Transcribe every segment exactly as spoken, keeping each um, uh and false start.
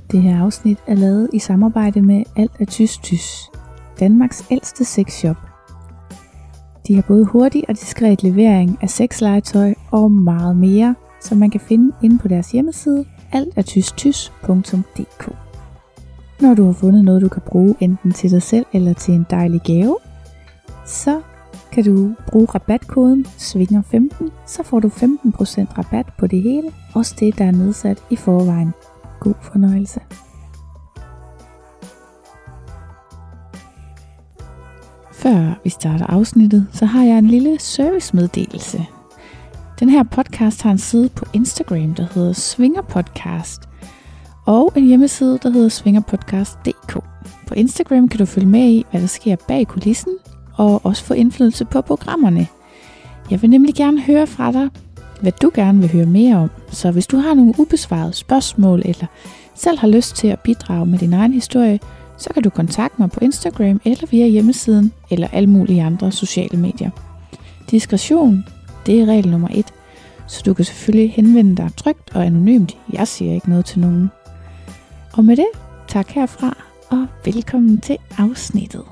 Det her afsnit er lavet i samarbejde med Alt er Tys Tys, Danmarks ældste sexshop. De har både hurtig og diskret levering af sexlegetøj og meget mere, som man kan finde inde på deres hjemmeside alt er tys tys punktum d k. Når du har fundet noget, du kan bruge enten til dig selv eller til en dejlig gave, så kan du bruge rabatkoden swinger femten, så får du femten procent rabat på det hele, også det, der er nedsat i forvejen. God fornøjelse. Før vi starter afsnittet, så har jeg en lille servicemeddelelse. Den her podcast har en side på Instagram, der hedder Swinger Podcast, og en hjemmeside, der hedder swinger podcast punktum d k. På Instagram kan du følge med i, hvad der sker bag kulissen, og også få indflydelse på programmerne. Jeg vil nemlig gerne høre fra dig, hvad du gerne vil høre mere om. Så hvis du har nogle ubesvarede spørgsmål, eller selv har lyst til at bidrage med din egen historie, så kan du kontakte mig på Instagram, eller via hjemmesiden, eller alle mulige andre sociale medier. Diskretion, det er regel nummer et, så du kan selvfølgelig henvende dig trygt og anonymt. Jeg siger ikke noget til nogen. Og med det, tak herfra, og velkommen til afsnittet.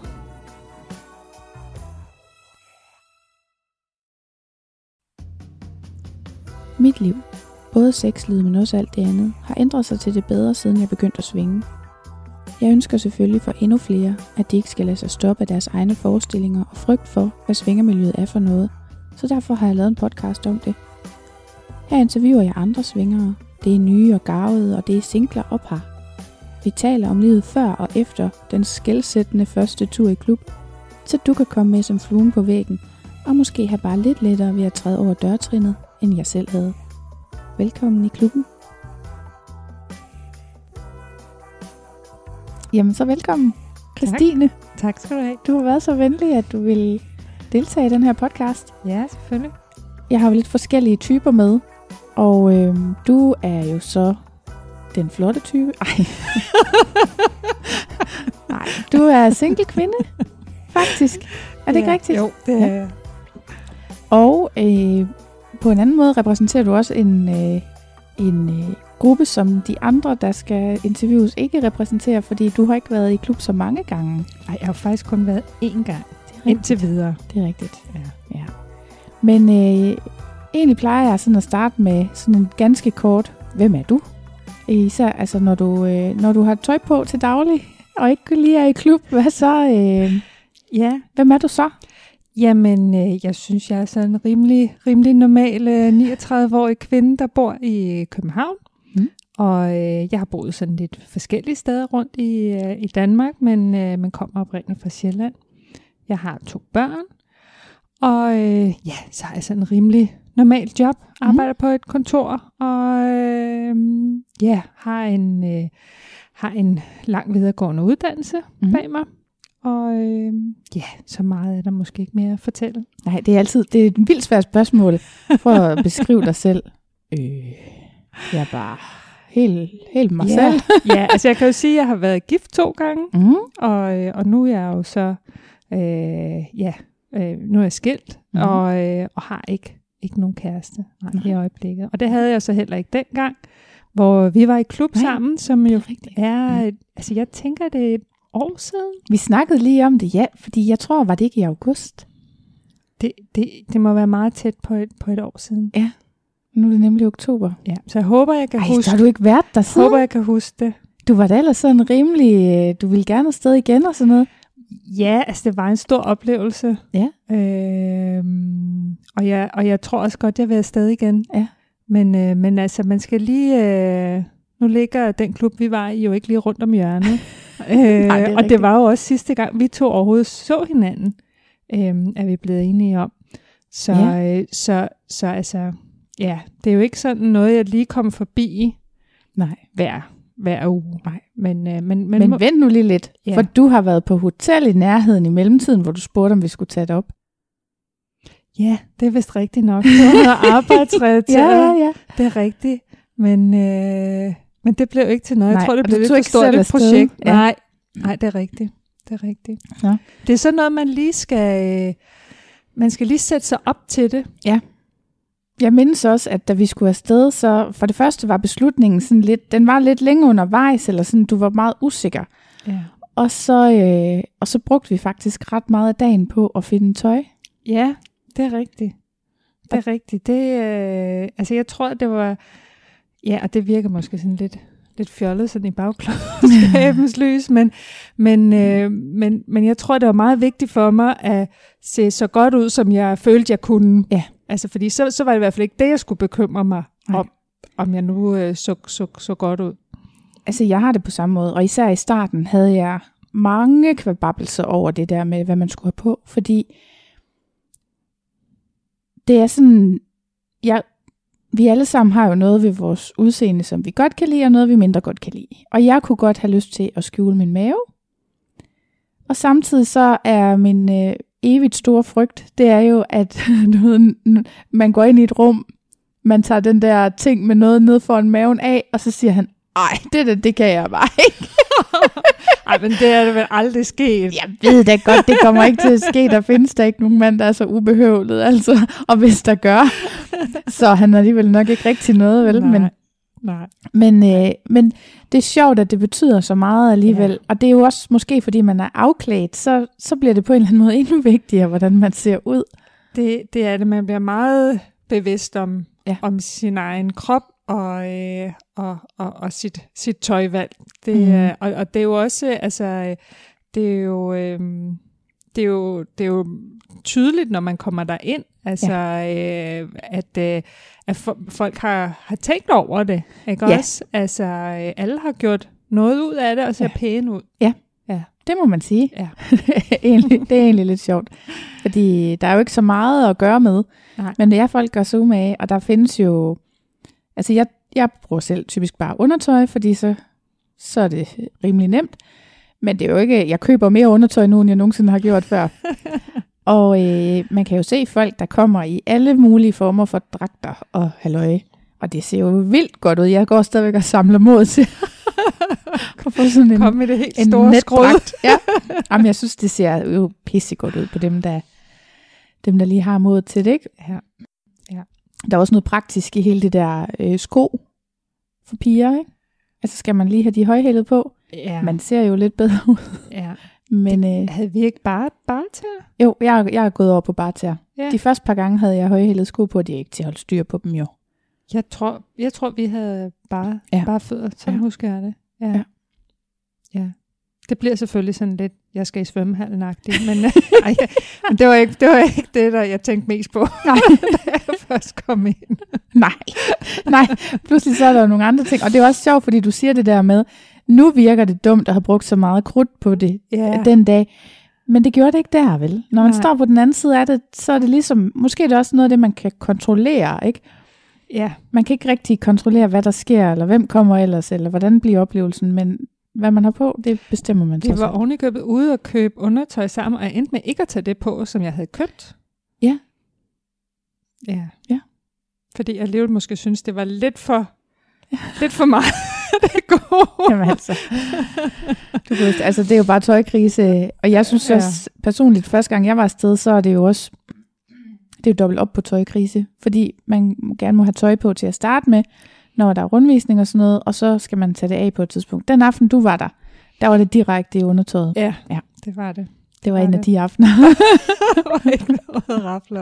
Mit liv, både sexlivet, men også alt det andet, har ændret sig til det bedre, siden jeg begyndte at svinge. Jeg ønsker selvfølgelig for endnu flere, at de ikke skal lade sig stoppe af deres egne forestillinger og frygt for, hvad svingermiljøet er for noget, så derfor har jeg lavet en podcast om det. Her interviewer jeg andre svingere. Det er nye og garvede, og det er singler og par. Vi taler om livet før og efter den skelsættende første tur i klub, så du kan komme med som fluen på væggen, og måske have bare lidt lettere ved at træde over dørtrinnet, end jeg selv havde. Velkommen i klubben. Jamen så velkommen, Christine. Tak. Tak skal du have. Du har været så venlig, at du vil deltage i den her podcast. Ja, selvfølgelig. Jeg har jo lidt forskellige typer med, og øh, du er jo så den flotte type. Ej. Nej, du er single kvinde, faktisk. Er det ja, ikke rigtigt? Jo, det er ja. jeg. Og øh, på en anden måde repræsenterer du også en, øh, en øh, gruppe, som de andre, der skal interviews, ikke repræsenterer, fordi du har ikke været i klub så mange gange. Nej, jeg har faktisk kun været én gang. Indtil videre. Det er rigtigt. Ja. Ja. Men øh, egentlig plejer jeg sådan at starte med sådan en ganske kort, hvem er du? Især altså, når du, øh, når du har tøj på til daglig, og ikke lige er i klub, hvad så? Øh, ja. Hvem er du så? Jamen, øh, jeg synes, jeg er sådan en rimelig, rimelig normal øh, niogtredive-årig kvinde, der bor i København. Mm. Og øh, jeg har boet sådan lidt forskellige steder rundt i, øh, i Danmark, men øh, man kommer oprindeligt fra Sjælland. Jeg har to børn, og øh, ja, så har jeg sådan en rimelig normal job. Arbejder mm. på et kontor, og øh, ja, har en, øh, har en lang videregående uddannelse mm. bag mig. Og øh, ja, så meget er der måske ikke mere at fortælle. Nej, det er altid det er et vildt svært spørgsmål for at beskrive dig selv. Øh, jeg er bare helt, helt mig ja. selv. Ja, altså jeg kan jo sige, at jeg har været gift to gange, mm. og, og nu er jeg jo så... Øh, ja, øh, nu er jeg skilt, mm. og, øh, og har ikke, ikke nogen kæreste nej, i øjeblikket. Og det havde jeg så heller ikke dengang, hvor vi var i klub nej, sammen, som jo er, mm. altså jeg tænker, det er et år siden. Vi snakkede lige om det, ja, fordi jeg tror, var det ikke i august? Det, det, det må være meget tæt på et, på et år siden. Ja, nu er det nemlig oktober. Ja, så jeg håber, jeg kan Ej, huske. så har du ikke været der siden? Jeg håber, jeg kan huske det. Du var da ellers sådan rimelig, du ville gerne afsted igen og sådan noget. Ja, altså det var en stor oplevelse. Ja. Øhm, og, jeg, og jeg tror også godt, jeg vil afsted igen. Ja. Men, øh, men altså, man skal lige... Øh, nu ligger den klub, vi var i, jo ikke lige rundt om hjørnet. øh, Nej, det og rigtigt. Det var jo også sidste gang, vi to overhovedet så hinanden, øh, er vi blevet enige om. Så, ja. øh, så, så altså, ja, det er jo ikke sådan noget, jeg lige kom forbi Nej. hver hver uge. Nej, men, øh, men, men, men må... vent nu lige lidt, ja. For du har været på hotel i nærheden i mellemtiden, hvor du spurgte, om vi skulle tage det op. Ja, det er vist rigtigt nok. Det var arbejdsrelateret. ja, ja, ja. Det er rigtigt. Men, øh, men det blev ikke til noget. Nej, jeg tror, det blev lidt for stort et projekt. Ja. Nej, nej, det er rigtigt. Det er rigtigt. Ja. Det er sådan noget, man lige skal... Man skal lige sætte sig op til det. Ja. jeg mindes også, at da vi skulle afsted, så for det første var beslutningen sådan lidt, den var lidt længe undervejs, eller sådan, du var meget usikker. Ja. Og så, øh, og så brugte vi faktisk ret meget af dagen på at finde tøj. Ja, det er rigtigt. Det er rigtigt. Det, øh, altså jeg tror, det var, ja, og det virker måske sådan lidt, lidt fjollet sådan i bagklodskabens lys, men, men, øh, men, men jeg tror, det var meget vigtigt for mig at se så godt ud, som jeg følte, jeg kunne. Ja. Altså fordi så, så var det i hvert fald ikke det, jeg skulle bekymre mig Nej. om, om jeg nu øh, så, så, så godt ud. Altså jeg har det på samme måde, og især i starten havde jeg mange kvababelser over det der med, hvad man skulle have på, fordi det er sådan, jeg, vi alle sammen har jo noget ved vores udseende, som vi godt kan lide, og noget vi mindre godt kan lide. Og jeg kunne godt have lyst til at skjule min mave. Og samtidig så er min øh, evigt store frygt, det er jo, at du ved, man går ind i et rum, man tager den der ting med noget ned foran maven af, og så siger han, ej, det der, det kan jeg bare ikke. Ej, men det er det vel aldrig sket. Jeg ved da godt, det kommer ikke til at ske. Der findes der ikke nogen mand, der er så ubehøvlet, altså. Og hvis der gør, så han er alligevel nok ikke rigtig noget, vel? Nej, men, nej. Men, øh, men det er sjovt, at det betyder så meget alligevel. Ja. Og det er jo også måske, fordi man er afklædt, så, så bliver det på en eller anden måde endnu vigtigere, hvordan man ser ud. Det, det er det, man bliver meget bevidst om, ja. om sin egen krop, og, øh, og, og, og sit, sit tøjvalg. Det, mm. øh, og, og det er jo også, altså, det er jo, øh, det er jo, det er jo tydeligt, når man kommer derind, altså, ja. øh, at, øh, at folk har, har tænkt over det, ikke ja. også? Altså, øh, alle har gjort noget ud af det, og ser ja. pæne ud. Ja. ja, det må man sige. Ja. egentlig, det er egentlig lidt sjovt, fordi der er jo ikke så meget at gøre med, Nej. men det er folk gør sig umage, og der findes jo. Altså jeg, jeg bruger selv typisk bare undertøj, fordi så, så er det rimelig nemt. Men det er jo ikke, jeg køber mere undertøj nu, end jeg nogensinde har gjort før. Og øh, man kan jo se folk, der kommer i alle mulige former for dragter og halløj. Og det ser jo vildt godt ud. Jeg går stadigvæk og samler mod til at få sådan en, Kom med det helt en store skrud. Ja. Jamen, jeg synes, det ser jo pissegodt ud på dem, der, dem, der lige har mod til det, ikke? Ja. Ja. Der er også noget praktisk i hele det der øh, sko for piger, ikke? Altså skal man lige have de højhælede på? Ja. Man ser jo lidt bedre ud. Ja. Men det, øh, havde vi ikke bare barter? Jo, jeg, jeg er gået over på barter. Ja. De første par gange havde jeg højhælede sko på, og de er ikke til at holde styr på dem jo. Jeg tror, jeg tror vi havde bare, ja. bare fødder. Sådan ja. husker jeg det. Ja. Ja. ja. Det bliver selvfølgelig sådan lidt, jeg skal i svømmehallen-agtigt, men, ej, men det, var ikke, det var ikke det, der jeg tænkte mest på, nej. da jeg først kom ind. nej, nej, pludselig så er der jo nogle andre ting, og det er også sjovt, fordi du siger det der med, nu virker det dumt at have brugt så meget krudt på det yeah. den dag, men det gjorde det ikke der, vel? Når man nej. står på den anden side af det, så er det ligesom, måske er det også noget af det, man kan kontrollere, ikke? Ja. Man kan ikke rigtig kontrollere, hvad der sker, eller hvem kommer ellers, eller hvordan bliver oplevelsen, men hvad man har på, det bestemmer man så. Det var ovenikøbet ude og købe undertøj sammen, og jeg endte med ikke at tage det på, som jeg havde købt. Ja. Ja. Ja. Fordi jeg alligevel måske synes, det var lidt for, ja. lidt for meget. Det går. Jamen altså. Du ved, altså, det er jo bare tøjkrise, og jeg synes ja. også personligt, første gang jeg var afsted, så er det jo også, det er jo dobbelt op på tøjkrise, fordi man gerne må have tøj på til at starte med, når der er rundvisning og sådan noget, og så skal man tage det af på et tidspunkt. Den aften, du var der, der var det direkte i undertøjet. Ja, ja. det var det. Det var, var en det. af de aftener. Der var ikke noget rafler.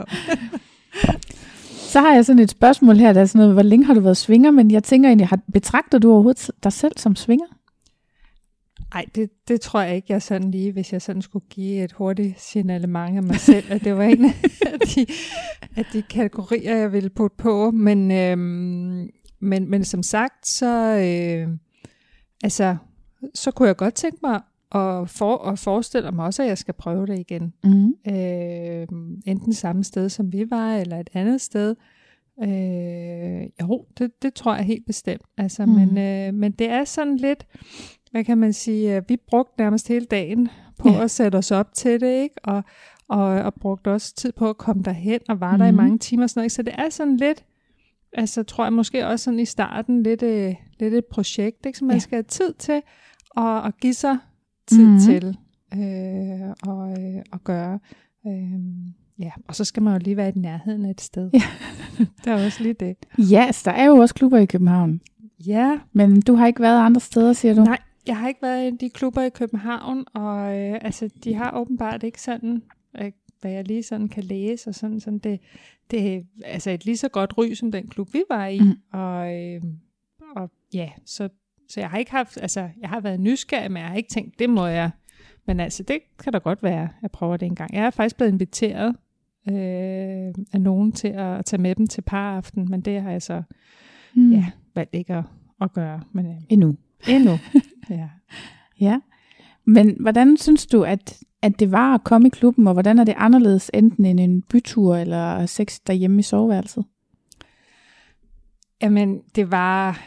Så har jeg sådan et spørgsmål her, der er sådan noget, hvor længe har du været swinger, men jeg tænker egentlig, har, betragter du overhovedet dig selv som swinger? Nej, det, det tror jeg ikke, jeg sådan lige, hvis jeg sådan skulle give et hurtigt signalement af mig selv, at det var en af de, af de kategorier, jeg ville putte på, men... Øhm, Men, men som sagt, så, øh, altså, så kunne jeg godt tænke mig at, for, at forestille mig også, at jeg skal prøve det igen. Mm. Øh, enten samme sted, som vi var, eller et andet sted. Øh, jo, det, det tror jeg helt bestemt. Altså, mm. men, øh, men det er sådan lidt, hvad kan man sige, vi brugte nærmest hele dagen på ja. at sætte os op til det, ikke? Og, og, og brugte også tid på at komme derhen, og var mm. der i mange timer og sådan noget, ikke? Så det er sådan lidt, altså tror jeg måske også sådan i starten lidt, øh, lidt et projekt, ikke, som man ja. skal have tid til og, og give sig tid mm-hmm. til øh, og, øh, at gøre. Øh, ja, og så skal man jo lige være i nærheden af et sted. Ja. Der er også lige det. Ja, så der er jo også klubber i København. Ja. Men du har ikke været andre steder, siger du? Nej, jeg har ikke været i de klubber i København, og øh, altså, de har åbenbart ikke sådan, øh, hvad jeg lige sådan kan læse, og sådan, sådan det, det er altså et lige så godt ry, som den klub, vi var i. Mm. Og, øh, og ja, så, så jeg har ikke haft, altså, jeg har været nysgerrig, men jeg har ikke tænkt, det må jeg. Men altså, det kan da godt være, jeg prøver det en gang. Jeg er faktisk blevet inviteret øh, af nogen til at tage med dem til paraften, men det har jeg så mm. ja, valgt ikke at, at gøre. Men, øh, endnu. Endnu, ja. Ja. Men hvordan synes du, at, at det var at komme i klubben, og hvordan er det anderledes enten end en bytur eller sex derhjemme i soveværelset? Jamen, det var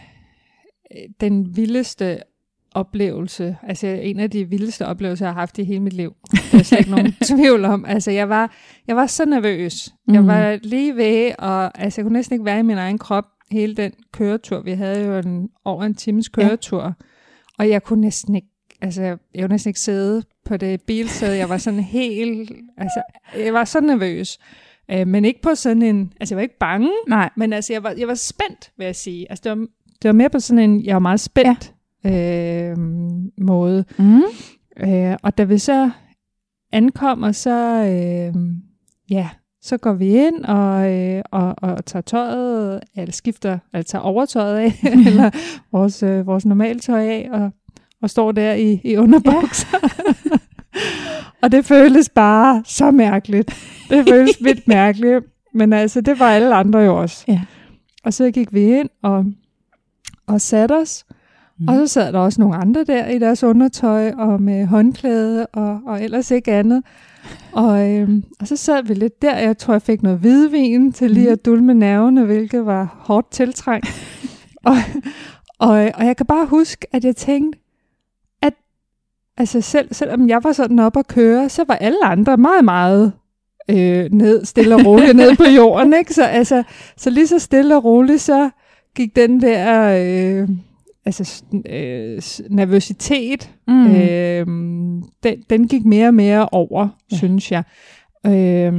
den vildeste oplevelse, altså en af de vildeste oplevelser, jeg har haft i hele mit liv. Der er slet ikke nogen tvivl om. Altså, jeg var, jeg var så nervøs. Mm. Jeg var lige ved, og altså, jeg kunne næsten ikke være i min egen krop hele den køretur. Vi havde jo en, over en times køretur, ja. Og jeg kunne næsten ikke, altså, jeg kunne næsten ikke sidde på det bilsæde. Jeg var sådan helt, altså, jeg var så nervøs. Øh, men ikke på sådan en, altså, jeg var ikke bange, nej, men altså, jeg var, jeg var spændt, vil jeg sige. Altså, det var, det var mere på sådan en, jeg var meget spændt, ja. Øh, måde. Mm. Øh, og da vi så ankommer, så øh, ja, så går vi ind og, øh, og, og tager tøjet, eller skifter, eller tager overtøjet af, eller vores, øh, vores normale tøj af, og, og står der i, i underbukser. Ja. Og det føles bare så mærkeligt. Det føles vildt mærkeligt, men altså, det var alle andre jo også. Ja. Og så gik vi ind og, og satte os, Mm. Og så sad der også nogle andre der i deres undertøj og med håndklæde og, og ellers ikke andet. Og, øhm, og så sad vi lidt der. Jeg tror, jeg fik noget hvidvin til lige at dulme nervene, hvilket var hårdt tiltrængt. og, og, og jeg kan bare huske, at jeg tænkte, at altså selv, selvom jeg var sådan oppe at køre, så var alle andre meget, meget øh, ned, stille og roligt ned på jorden. Ikke? Så, altså, så lige så stille og roligt, så gik den der... Øh, altså øh, nervøsitet, mm. øh, den, den gik mere og mere over, ja. Synes jeg. Øh,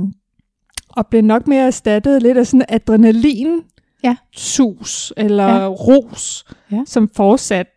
og blev nok mere erstattet lidt af sådan adrenalin, ja. Sus eller ja. Ros, ja. Som fortsat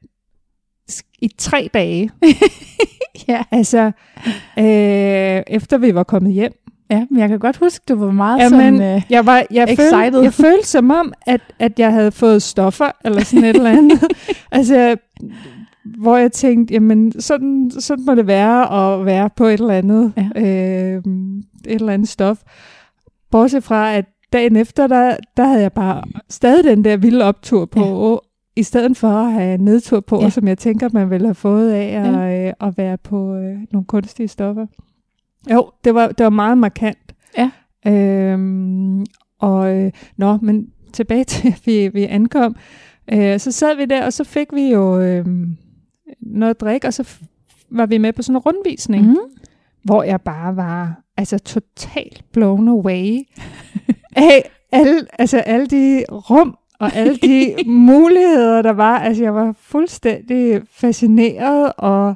i tre dage. Ja. Altså, øh, efter vi var kommet hjem. Ja, men jeg kan godt huske, du var meget ja, sådan men, jeg var, jeg excited. Følte, jeg følte som om, at, at jeg havde fået stoffer, eller sådan et eller andet. Altså, hvor jeg tænkte, jamen, sådan, sådan må det være at være på et eller andet, ja. øh, et eller andet stof. Bortset fra, at dagen efter, der, der havde jeg bare stadig den der vilde optur på, ja. I stedet for at have nedtur på, ja. Som jeg tænker, man ville have fået af at, ja. at være på øh, nogle kunstige stoffer. Jo, det var, det var meget markant. Ja. Øhm, og, øh, nå, men tilbage til, at vi, vi ankom. Øh, så sad vi der, og så fik vi jo øh, noget at drikke, og så f- var vi med på sådan en rundvisning, mm. hvor jeg bare var altså totalt blown away af alle, altså alle de rum, og alle de muligheder, der var. Altså, jeg var fuldstændig fascineret, og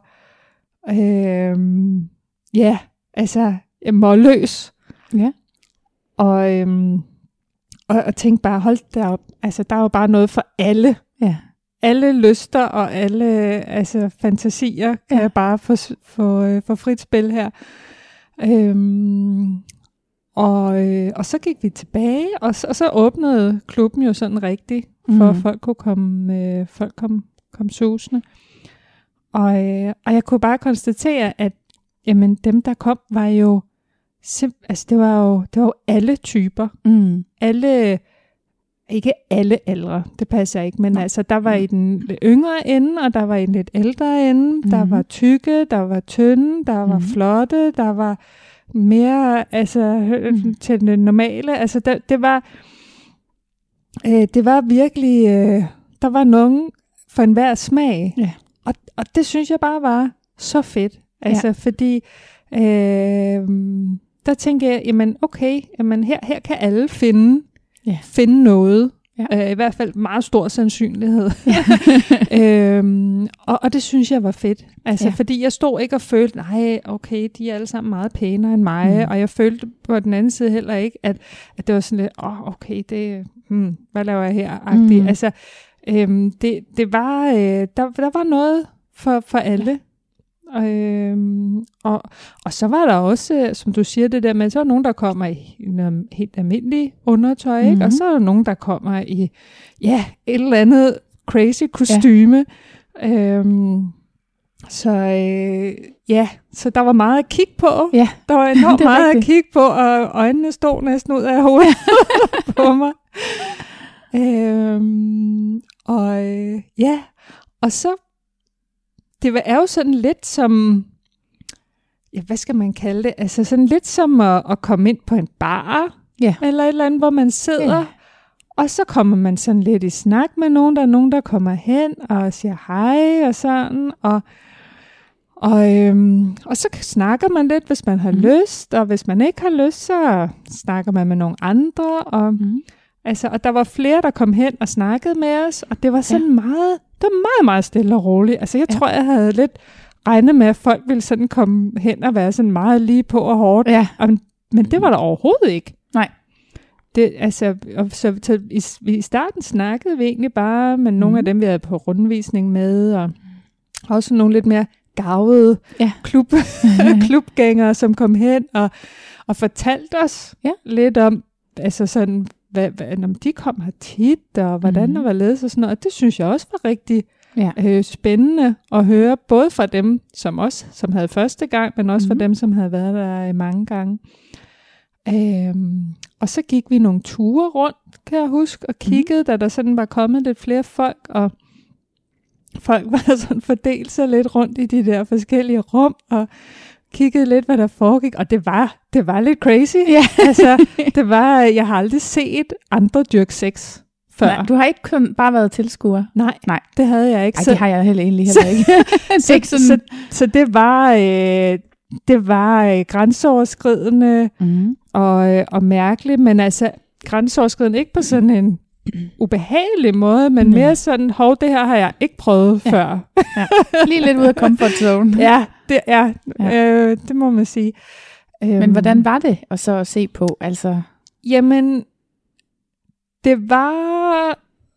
øh, ja, altså, målløs. Ja. Og, øhm, og, og tænkte bare, hold da op. Altså, der er jo bare noget for alle. Ja. Alle lyster og alle altså, fantasier kan ja. Jeg bare få, få, øh, få frit spil her. Øhm, og, øh, og så gik vi tilbage, og så, og så åbnede klubben jo sådan rigtigt, for mm. at folk kunne komme, øh, folk kom, kom susende. Og, øh, og jeg kunne bare konstatere, at jamen, dem, der kom, var jo simp- altså, det var jo, det var jo alle typer. Mm. Alle, ikke alle aldre, det passer ikke, men no. altså, der var i den yngre ende, og der var i den lidt ældre ende. Mm. Der var tykke, der var tynde, der var mm. flotte, der var mere, altså, mm. til det normale. Altså, der, det var, øh, det var virkelig, øh, der var nogen for enhver smag. Yeah. Og, og det synes jeg bare var så fedt. Altså, ja. Fordi øh, der tænker jeg, jamen okay, jamen her, her kan alle finde, ja. finde noget, Ja. Øh, I hvert fald meget stor sandsynlighed. øhm, og, og det synes jeg var fedt. Altså, ja. Fordi jeg stod ikke og følte, nej, okay, de er alle sammen meget pænere end mig. Mm. Og jeg følte på den anden side heller ikke, at, at det var sådan lidt, åh, oh, okay, det, hmm, hvad laver jeg her? Mm. Altså, øhm, det, det var, øh, der, der var noget for, for alle. Øhm, og, og så var der også, som du siger det der med, så er der nogen, der kommer i noget helt almindeligt undertøj, ikke? Mm-hmm. Og så er der nogen, der kommer i ja, et eller andet crazy kostyme. Ja. Øhm, så øh, ja, så der var meget at kigge på. Ja. Der var enormt meget rigtigt. At kigge på, og øjnene stod næsten ud af hovedet på mig. Øhm, og øh, ja, og så det er jo sådan lidt som, ja, hvad skal man kalde det? Altså sådan lidt som at, at komme ind på en bar, ja. Eller et eller andet, hvor man sidder, ja. Og så kommer man sådan lidt i snak med nogen, der er nogen, der kommer hen og siger hej og sådan, og, og, øhm, og så snakker man lidt, hvis man har mm. lyst, og hvis man ikke har lyst, så snakker man med nogle andre, og, mm. altså, og der var flere, der kom hen og snakkede med os, og det var sådan ja. meget... Det var meget, meget stille og roligt. Altså, jeg ja. tror, jeg havde lidt regnet med, at folk ville sådan komme hen og være sådan meget lige på og hårdt. Ja. Og, men det var der overhovedet ikke. Nej. Det, altså, og så, så i, i starten snakkede vi egentlig bare med nogle mm. af dem, vi havde på rundvisning med, og også nogle lidt mere gavede ja. klub, klubgængere, som kom hen og, og fortalte os ja. lidt om, altså sådan, Hvad, hvad, når de kom her tit, og hvordan mm. der var ledes og sådan noget. Og det synes jeg også var rigtig ja. øh, spændende at høre, både fra dem som os, som havde første gang, men også mm. fra dem, som havde været der mange gange. Øhm, og så gik vi nogle ture rundt, kan jeg huske, og kiggede, mm. da der sådan var kommet lidt flere folk, og folk var sådan fordelt sig lidt rundt i de der forskellige rum, og kiggede lidt, hvad der foregik, og det var, det var lidt crazy. Ja. Altså, det var, jeg har aldrig set andre dyrke sex før. Nej, du har ikke kun bare været tilskuer? Nej, Nej. det havde jeg ikke. Nej, det har jeg heller egentlig heller ikke. så, ikke sådan... så, så det var, øh, det var øh, grænseoverskridende mm. og, øh, og mærkeligt, men altså grænseoverskridende ikke på sådan en ubehagelig måde, men mm. mere sådan, hov, det her har jeg ikke prøvet ja. før. Ja. Lige lidt ude af comfort zone. Ja, det er, ja. øh, det må man sige. Men um, hvordan var det at så at se på? Altså? Jamen, det var,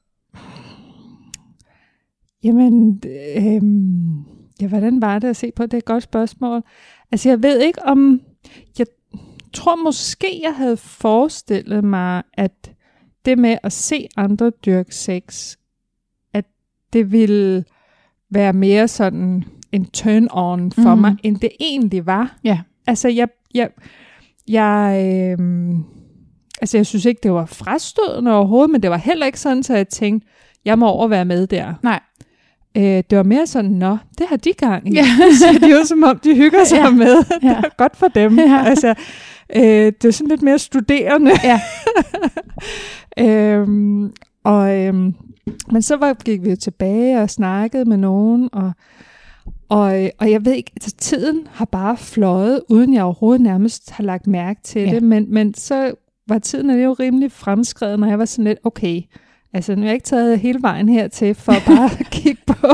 jamen, øhm, ja, hvordan var det at se på? Det er et godt spørgsmål. Altså, jeg ved ikke om, jeg tror måske, jeg havde forestillet mig, at det med at se andre dyrke sex, at det ville være mere sådan en turn-on for mm. mig, end det egentlig var. Ja. Altså, jeg, jeg, jeg, øh, altså, jeg synes ikke, det var frastødende overhovedet, men det var heller ikke sådan, så jeg tænkte, jeg må over være med der. Nej. Øh, det var mere sådan, nå, det har de gang i. Ja. Det ser de jo, som om de hygger sig ja. med. Det er ja. godt for dem. Ja. Altså, øh, det er sådan lidt mere studerende. Ja. øhm, og, øhm, men så var, gik vi jo tilbage og snakkede med nogen, og, og, og jeg ved ikke, altså tiden har bare fløjet, uden jeg overhovedet nærmest har lagt mærke til ja. det, men, men så var tiden jo rimelig fremskredet, når jeg var sådan lidt, okay, altså nu har jeg ikke taget hele vejen hertil for bare at kigge på.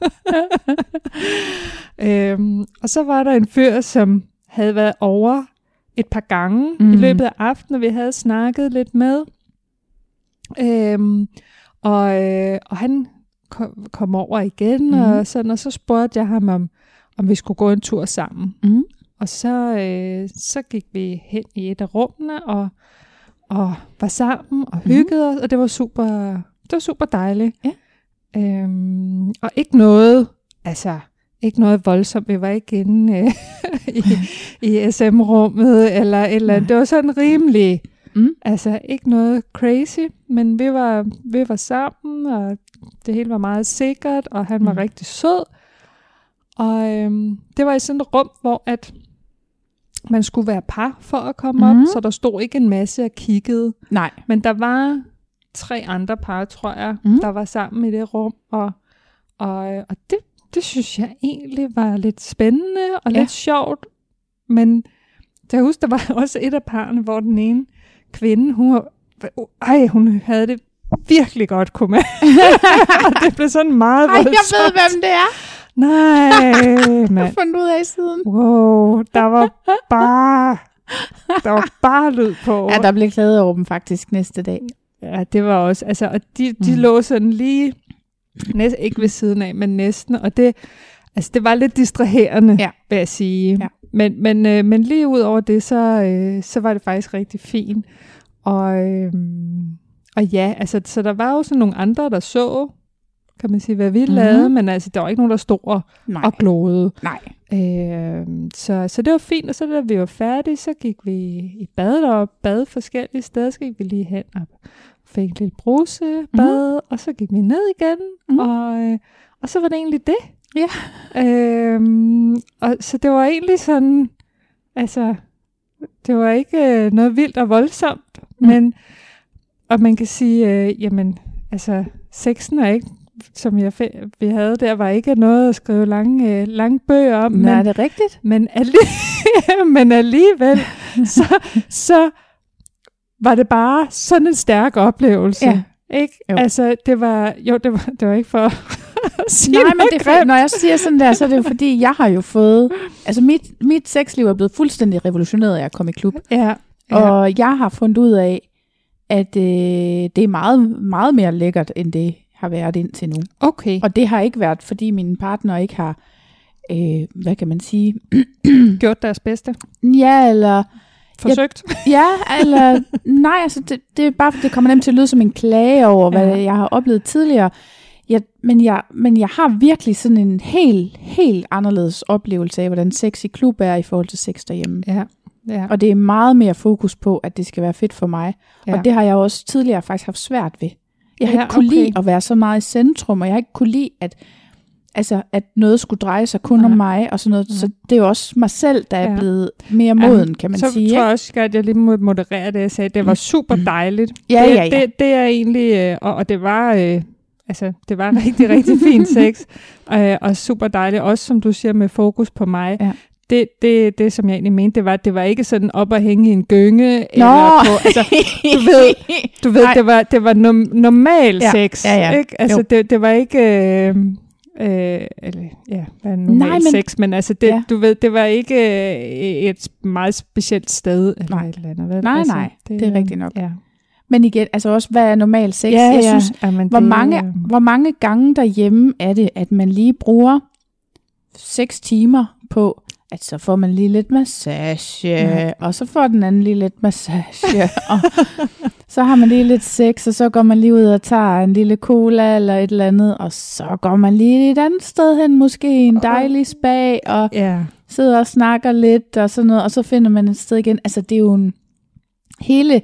øhm, og så var der en fyr, som havde været over et par gange mm. i løbet af aftenen, og vi havde snakket lidt med. Øhm, og, øh, og han kom, kom over igen, mm. og, sådan, og så spurgte jeg ham, om, om vi skulle gå en tur sammen. Mm. Og så, øh, så gik vi hen i et af rummene, og, og var sammen, og hyggede mm. os, og det var super, det var super dejligt. Ja. Øhm, og ikke noget, altså... Ikke noget voldsomt. Vi var ikke inde øh, i, i S M-rummet eller et eller andet. Det var sådan rimelig, mm. altså ikke noget crazy, men vi var, vi var sammen, og det hele var meget sikkert, og han var mm. rigtig sød. Og øhm, det var i sådan et rum, hvor at man skulle være par for at komme mm. op, så der stod ikke en masse og kiggede. Nej. Men der var tre andre par, tror jeg, mm. der var sammen i det rum, og, og, og det Det synes jeg egentlig var lidt spændende og ja. lidt sjovt. Men jeg husker, der var også et af parrene, hvor den ene kvinde, hun, ej, hun havde det virkelig godt kunne mærke. Og det blev sådan meget Ej, voldsomt. jeg ved, hvem det er. Nej, Jeg mand. har fundet ud af siden. Wow, der var bare, der var bare lyd på. Ja, der blev klaget over dem faktisk næste dag. Ja, det var også, altså, og de, de Mm. lå sådan lige, næsten ikke ved siden af, men næsten, og det, altså, det var lidt distraherende, Ja. vil jeg sige. Ja. Men, men, øh, men lige ud over det, så, øh, så var det faktisk rigtig fint. Og, øh, og ja, altså, så der var jo sådan nogle andre, der så, kan man sige, hvad vi Mhm. lavede, men altså, der var ikke nogen, der stod og, Nej, og glodede. nej. Øh, så, så det var fint, og så da vi var færdige, så gik vi i bad og bad forskellige steder, så gik vi lige hen og fik en lille brusebad, mm-hmm. og så gik vi ned igen, Mhm. og, øh, og så var det egentlig det. Ja. Øh, og så det var egentlig sådan, altså, det var ikke øh, noget vildt og voldsomt, Mm. men, og man kan sige, øh, jamen, altså, sexen er ikke, som jeg, fe- vi havde der, var ikke noget at skrive lange, øh, lange bøger om, Men men, er det rigtigt? men, alli- men alligevel, så, så var det bare sådan en stærk oplevelse. Ja. Ikke? Jo. Altså, det var, jo, det var, det var ikke for at sige Nej, men noget det er, grimt. når jeg siger sådan der, så er det jo fordi, jeg har jo fået... Altså, mit, mit sexliv er blevet fuldstændig revolutioneret, af at komme i klub. Ja, ja. Og jeg har fundet ud af, at øh, det er meget, meget mere lækkert, end det har været indtil nu. Okay. Og det har ikke været, fordi mine partner ikke har, øh, hvad kan man sige, Gjort deres bedste. ja, eller, Forsøgt. ja, eller, nej, altså det, det er bare, det kommer nemt til at lyde som en klage over, hvad Ja. jeg har oplevet tidligere. Jeg, men, jeg, men jeg har virkelig sådan en helt, helt anderledes oplevelse af, hvordan sex i klub er i forhold til sex derhjemme. Ja, ja. Og det er meget mere fokus på, at det skal være fedt for mig. ja. Og det har jeg også tidligere faktisk haft svært ved. Jeg har Ja, ikke kunne okay. lide at være så meget i centrum, og jeg har ikke kunne lide, at, altså, at noget skulle dreje sig kun Nej. om mig, og sådan noget. Nej. Så det er jo også mig selv, der er Ja. blevet mere moden, kan man så sige. tror Ikke? jeg også, at jeg lige må moderere det, jeg sagde. Det var super dejligt. Ja, det, ja, ja. Det, det er egentlig, øh, og, og det var... Øh, Altså, det var rigtig, rigtig fint sex, øh, og super dejligt, også som du siger, med fokus på mig. Ja. Det, det, det, som jeg egentlig mente, det var, det var ikke sådan op at hænge i en gynge, Nå! eller på, altså, du ved, du ved Nej. det var, det var nom, normal Ja, sex, ja, ja. ikke? Altså, det, det var ikke, øh, øh, eller, ja, hvad er normal Nej, men- sex, men altså, det, Ja. du ved, det var ikke øh, et meget specielt sted, eller Nej. et eller andet, vel? Nej, altså, nej, det er rigtigt nok. Ja, Men igen, altså også, hvad er normal sex? ja, jeg ja. synes, Jamen, hvor det, mange, øh, hvor mange gange derhjemme er det, at man lige bruger seks timer på, at så får man lige lidt massage, Ja. og så får den anden lige lidt massage, og så har man lige lidt sex, og så går man lige ud og tager en lille cola eller et eller andet, og så går man lige et andet sted hen, måske en dejlig spa, og Ja, sidder og snakker lidt, og sådan noget, og så finder man et sted igen. Altså det er jo en, hele,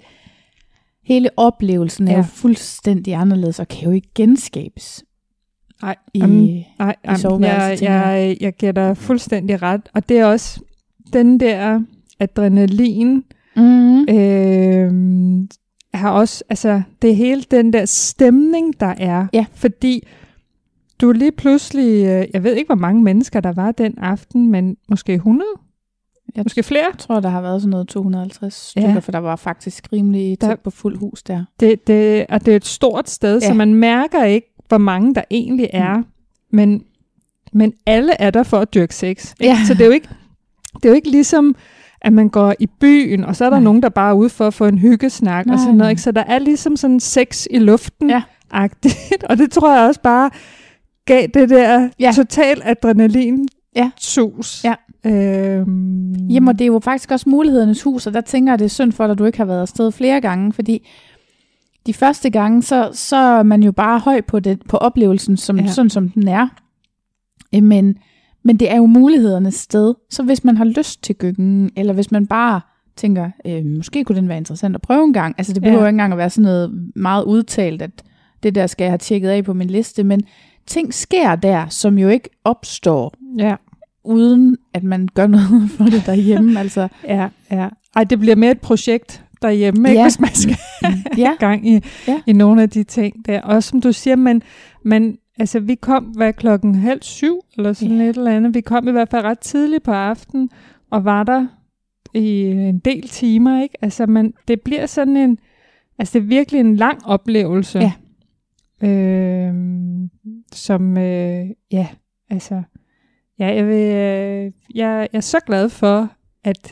hele oplevelsen er Ja. jo fuldstændig anderledes, og kan jo ikke genskabes nej, i... jamen, Nej, jamen, soveværelset, jeg, tænker jeg. jeg, jeg giver dig fuldstændig ret. Og det er også den der adrenalin, Mm. øh, har også, altså det er hele den der stemning, der er. Ja. Fordi du lige pludselig, øh, jeg ved ikke, hvor mange mennesker der var den aften, men måske hundrede? Jeg Måske flere? Jeg tror, der har været sådan noget to hundrede og halvtreds Ja. stykker, for der var faktisk rimelig tæt Der- på fuld hus der. Det, det, og det er et stort sted, ja. Ja. Så man mærker ikke, hvor mange der egentlig er. Mm. Men, men alle er der for at dyrke sex. Ikke? Ja. Så det er, jo ikke, det er jo ikke ligesom, at man går i byen, og så er der Nej. nogen, der bare er ude for at få en hyggesnak Nej, og sådan noget. nej. Ikke? Så der er ligesom sådan sex i luften Ja. agtigt. Og det tror jeg også bare gav det der Ja. total adrenalin Ja. sus. Ja. Øhm, Jamen, og det er jo faktisk også mulighedernes hus, og der tænker jeg, det er synd for dig, at du ikke har været afsted flere gange, fordi de første gange, så, så er man jo bare høj på, det, på oplevelsen, som, Ja. ja. sådan som den er. Øh, Men, men det er jo mulighedernes sted. Så hvis man har lyst til gyngen, eller hvis man bare tænker, øh, måske kunne den være interessant at prøve en gang. Altså det behøver Ja. ja. ikke engang at være sådan noget meget udtalt, at det der skal jeg have tjekket af på min liste, men ting sker der, som jo ikke opstår, Ja. uden at man gør noget for det derhjemme. Altså, Ja, ja. Ej, det bliver mere et projekt derhjemme, ikke, Ja. hvis man skal ja, gang i, Ja. i nogle af de ting der. Også som du siger, men, men altså, vi kom hvad, klokken halv syv, eller sådan Ja. et eller andet. Vi kom i hvert fald ret tidligt på aftenen, og var der i en del timer, ikke? Altså, man, det bliver sådan en, altså det er virkelig en lang oplevelse. Ja. Øh, som, øh, ja, altså, ja, jeg, vil, øh, jeg, jeg er så glad for, at,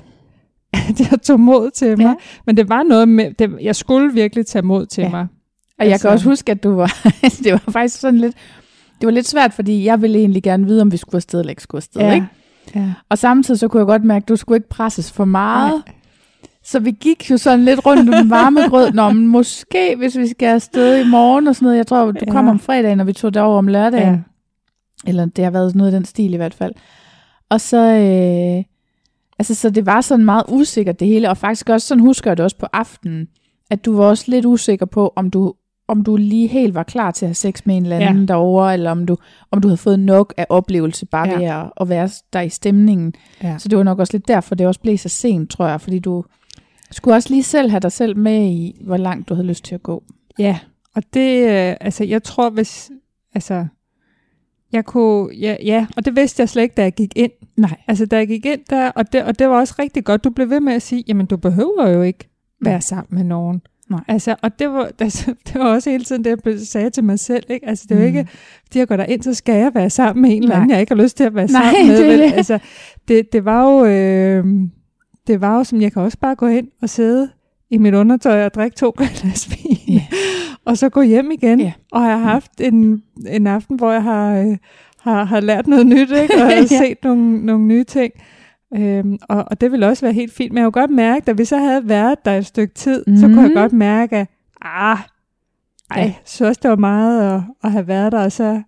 at jeg tog mod til mig. Ja. Men det var noget med, det, jeg skulle virkelig tage mod til ja. mig. Og jeg altså, kan også huske, at du var, det var faktisk sådan lidt, det var lidt svært, fordi jeg ville egentlig gerne vide, om vi skulle afsted eller ikke skulle afsted, ja. ikke? Ja. Og samtidig så kunne jeg godt mærke, at du skulle ikke presses for meget. Nej. Så vi gik jo sådan lidt rundt om den varme grød. Nå, men måske, hvis vi skal afsted i morgen og sådan noget. Jeg tror, du ja. kom om fredagen, og vi tog derover om lørdagen. Ja. Eller det har været noget i den stil i hvert fald. Og så, øh, altså, så det var sådan meget usikkert det hele. Og faktisk også, sådan husker jeg det også på aftenen, at du var også lidt usikker på, om du, om du lige helt var klar til at have sex med en eller anden ja. derovre, eller om du, om du havde fået nok af oplevelse bare ja. ved at, at være der i stemningen. Ja. Så det var nok også lidt derfor, det også blev så sent, tror jeg, fordi du skulle også lige selv have dig selv med i, hvor langt du havde lyst til at gå. Ja, og det, øh, altså jeg tror, hvis, altså, jeg kunne, ja, ja, og det vidste jeg slet ikke, da jeg gik ind. Nej. Altså, da jeg gik ind der, og det, og det var også rigtig godt, du blev ved med at sige, jamen, du behøver jo ikke være sammen med nogen. Nej. Altså, og det var, altså, det var også hele tiden det, jeg sagde til mig selv, ikke? Altså, det er jo mm. ikke, fordi jeg går derind, så skal jeg være sammen med en eller anden, jeg ikke har lyst til at være Nej, sammen med. Det, men, altså, det, det var jo, øh, det var jo som, jeg kan også bare gå hen og sidde i mit undertøj og drikke to glas vin, yeah. og så gå hjem igen. Yeah. Og jeg har haft en, en aften, hvor jeg har, øh, har, har lært noget nyt, ikke? Og ja. set nogle, nogle nye ting. Øhm, og, og det ville også være helt fint. Men jeg kunne godt mærke, at hvis jeg havde været der et stykke tid, mm. så kunne jeg godt mærke, at ah, ej, ja. så også det var meget at, at have været der, og så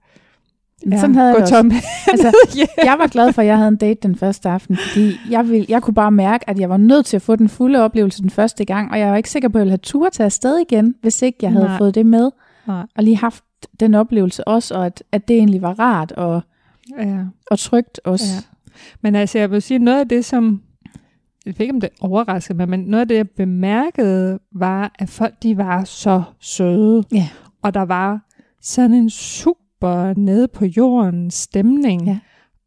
ja, sådan havde gå jeg tom. Altså, yeah. Jeg var glad for, at jeg havde en date den første aften, fordi jeg, ville, jeg kunne bare mærke, at jeg var nødt til at få den fulde oplevelse den første gang, og jeg var ikke sikker på, at jeg ville have tur til afsted igen, hvis ikke jeg havde Nej. fået det med, Nej. og lige haft den oplevelse også, og at, at det egentlig var rart og, ja. og trygt også. Ja. Men altså, jeg vil sige, noget af det, som, jeg ved ikke, om det overraskede mig, men noget af det, jeg bemærkede, var, at folk, de var så søde. Ja. Og der var sådan en super nede på jorden stemning. Ja.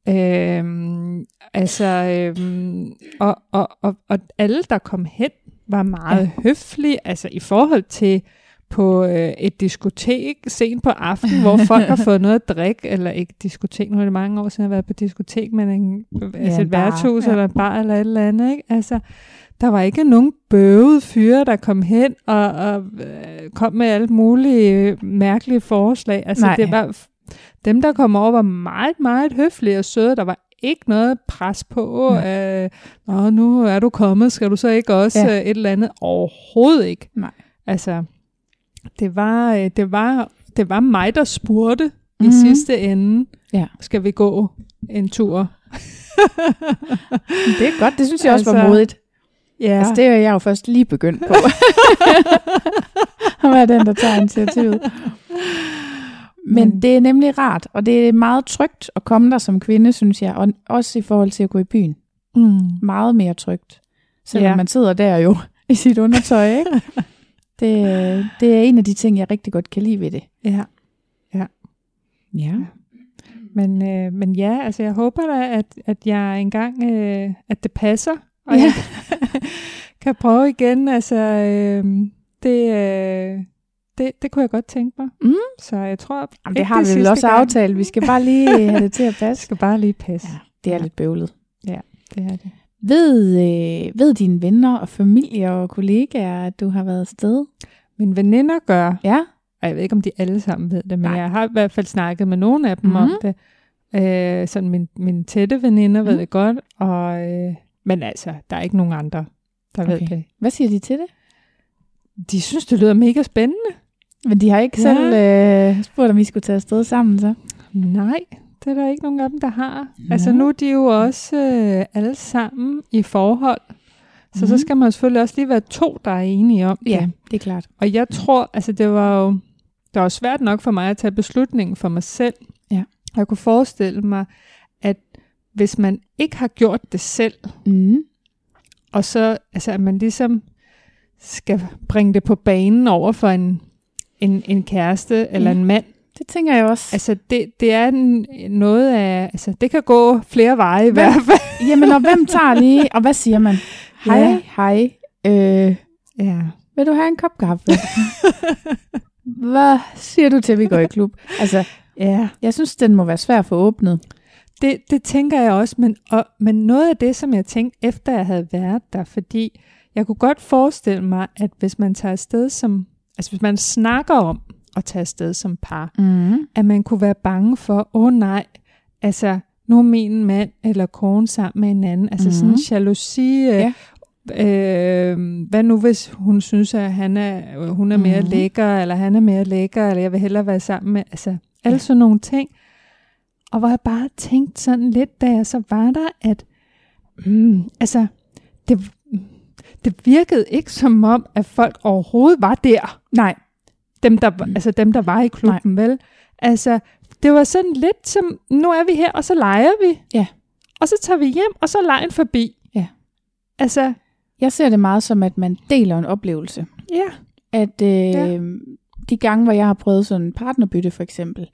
Øhm, altså, øhm, og, og, og, og alle, der kom hen, var meget ja. høflige, altså i forhold til på øh, et diskotek sent på aftenen, hvor folk har fået noget at drikke, eller ikke diskotek, nu er det mange år siden, jeg har været på diskotek, men en, ja, altså et værtshus, ja. eller en bar, eller et eller andet, ikke? Altså, der var ikke nogen bøvede fyre, der kom hen og, og øh, kom med alt mulige mærkelige forslag. Altså, Nej. det var, dem, der kom over, var meget, meget høflige og søde. Der var ikke noget pres på, øh, Nå, nu er du kommet, skal du så ikke også ja. et eller andet? Overhovedet ikke. Nej. Altså, det var, det var, det var mig, der spurgte mm-hmm. i sidste ende, ja. skal vi gå en tur? Det er godt, det synes jeg også altså, var modigt. Ja. Altså, det er jeg jo først lige begyndt på. At være den, der tager initiativet. Men mm. det er nemlig rart, og det er meget trygt at komme der som kvinde, synes jeg, og også i forhold til at gå i byen. Mm. Meget mere trygt. Selvom ja. man sidder der jo i sit undertøj, ikke? Det, det er en af de ting, jeg rigtig godt kan lide ved det. Ja. Ja. Ja. Men, øh, men ja, altså jeg håber da, at, at jeg engang, øh, at det passer, og ja. jeg kan prøve igen. Altså, øh, det, øh, det, det kunne jeg godt tænke mig. Mm. Så jeg tror, Jamen, det har vi vel også gang. aftalt. Vi skal bare lige have det til at passe. Det skal bare lige passe. Ja, det er ja. lidt bøvlet. Ja, det er det. Ved, øh, ved dine venner og familie og kollegaer, at du har været afsted? Mine veninder gør. Ja. Og jeg ved ikke, om de alle sammen ved det, men Nej. jeg har i hvert fald snakket med nogle af dem mm-hmm. om det. Øh, sådan min, min tætte veninder mm. ved det godt. Og, øh, men altså, der er ikke nogen andre, der okay. ved det. Hvad siger de til det? De synes, det lyder mega spændende. Men de har ikke ja. selv øh, spurgt, om I skulle tage afsted sammen så? Nej, det er der ikke nogen af dem, der har. Ja. Altså nu er de jo også øh, alle sammen i forhold. Så mm-hmm. så skal man selvfølgelig også lige være to, der er enige om det. Ja, det er klart. Og jeg tror, altså det var jo det var svært nok for mig at tage beslutningen for mig selv. Ja. Jeg kunne forestille mig, at hvis man ikke har gjort det selv, mm. og så altså at man ligesom skal bringe det på banen over for en, en, en kæreste eller ja. en mand. Det tænker jeg også. Altså det, det er en, noget af, altså det kan gå flere veje i hvem, hvert fald. Jamen og hvem tager lige, og hvad siger man? Hej, ja. hej. Øh, ja. vil du have en kop kaffe? Hvad siger du til, at vi går i klub? Altså, ja, jeg synes, den må være svær at få åbnet. Det, det tænker jeg også, men, og, men noget af det, som jeg tænkte, efter jeg havde været der, fordi jeg kunne godt forestille mig, at hvis man tager afsted som, altså hvis man snakker om at tage afsted som par, mm. at man kunne være bange for, åh oh, nej, altså nu er min mand eller kone sammen med en anden, altså mm. sådan en jalousi, ja. øh, hvad nu hvis hun synes, at han er, hun er mere mm. lækker, eller han er mere lækker, eller jeg vil hellere være sammen med, altså alle ja. sådan nogle ting. Og hvor jeg bare tænkte sådan lidt, da jeg så var der, at mm, altså, det, det virkede ikke som om, at folk overhovedet var der. Nej. Dem, der, mm. altså dem, der var i klubben, Nej. vel? Altså, det var sådan lidt som, nu er vi her, og så leger vi. Ja. Og så tager vi hjem, og så er lejen forbi. Ja. Altså. Jeg ser det meget som, at man deler en oplevelse. Ja. At øh, ja. de gange, hvor jeg har prøvet sådan en partnerbytte, for eksempel,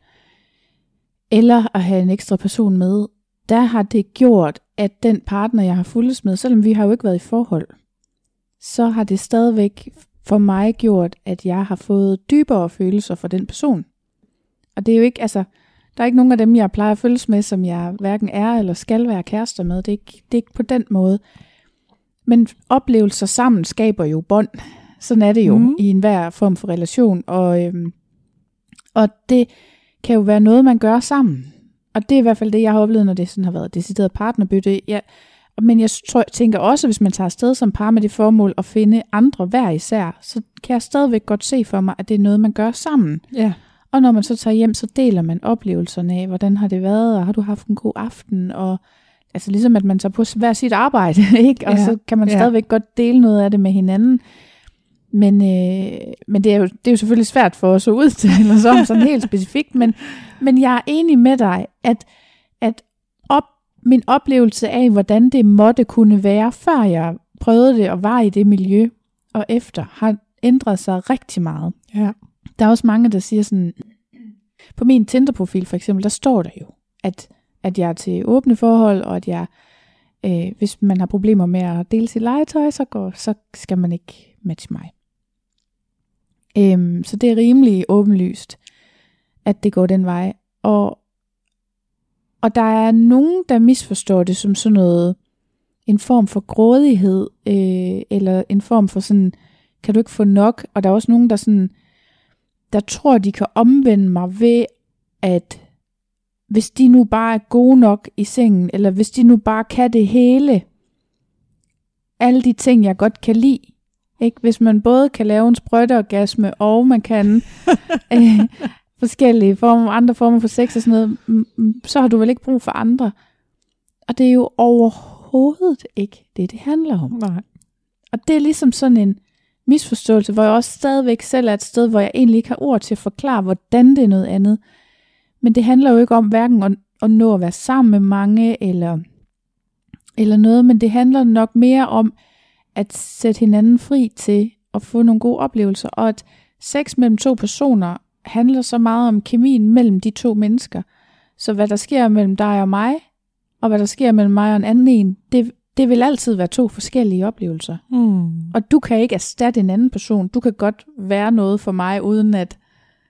eller at have en ekstra person med, der har det gjort, at den partner, jeg har fulgtes med, selvom vi har jo ikke været i forhold, så har det stadigvæk for mig gjort, at jeg har fået dybere følelser for den person. Og det er jo ikke, altså, der er ikke nogen af dem, jeg plejer at følges med, som jeg hverken er eller skal være kærester med. Det er ikke, det er ikke på den måde. Men oplevelser sammen skaber jo bånd. Sådan er det jo mm. i enhver form for relation. Og, øhm, og det kan jo være noget, man gør sammen. Og det er i hvert fald det, jeg har oplevet, når det sådan har været decideret partnerbytte. Ja, men jeg tror, tænker også, hvis man tager afsted som par med det formål at finde andre hver især, så kan jeg stadigvæk godt se for mig, at det er noget, man gør sammen. Ja. Og når man så tager hjem, så deler man oplevelserne af, hvordan har det været, og har du haft en god aften, og altså ligesom at man tager på hver sit arbejde, ikke? Og ja. Så kan man stadigvæk ja. godt dele noget af det med hinanden. Men, øh, men det, er jo, det er jo selvfølgelig svært for os at udtale os om sådan helt specifikt, men, men jeg er enig med dig, at, at op, min oplevelse af, hvordan det måtte kunne være, før jeg prøvede det og var i det miljø, og efter, har ændret sig rigtig meget. Ja. Der er også mange, der siger sådan, på min Tinder-profil for eksempel, der står der jo, at, at jeg er til åbne forhold, og at jeg, øh, hvis man har problemer med at dele sit legetøj, så, går, så skal man ikke matche mig. Øhm, så det er rimelig åbenlyst, at det går den vej. Og, og der er nogen, der misforstår det som sådan noget, en form for grådighed, øh, eller en form for sådan, kan du ikke få nok? Og der er også nogen, der sådan, der tror, de kan omvende mig ved, at hvis de nu bare er gode nok i sengen, eller hvis de nu bare kan det hele, alle de ting, jeg godt kan lide, ikke? Hvis man både kan lave en sprøjteorgasme, og man kan øh, forskellige former, andre former for sex og sådan noget, m- så har du vel ikke brug for andre. Og det er jo overhovedet ikke det, det handler om. Nej. Og det er ligesom sådan en misforståelse, hvor jeg også stadigvæk selv er et sted, hvor jeg egentlig ikke har ord til at forklare, hvordan det er noget andet. Men det handler jo ikke om hverken at, at nå at være sammen med mange, eller, eller noget, men det handler nok mere om, at sætte hinanden fri til at få nogle gode oplevelser, og at sex mellem to personer handler så meget om kemien mellem de to mennesker. Så hvad der sker mellem dig og mig, og hvad der sker mellem mig og en anden en, det, det vil altid være to forskellige oplevelser. Mm. Og du kan ikke erstatte en anden person. Du kan godt være noget for mig, uden at,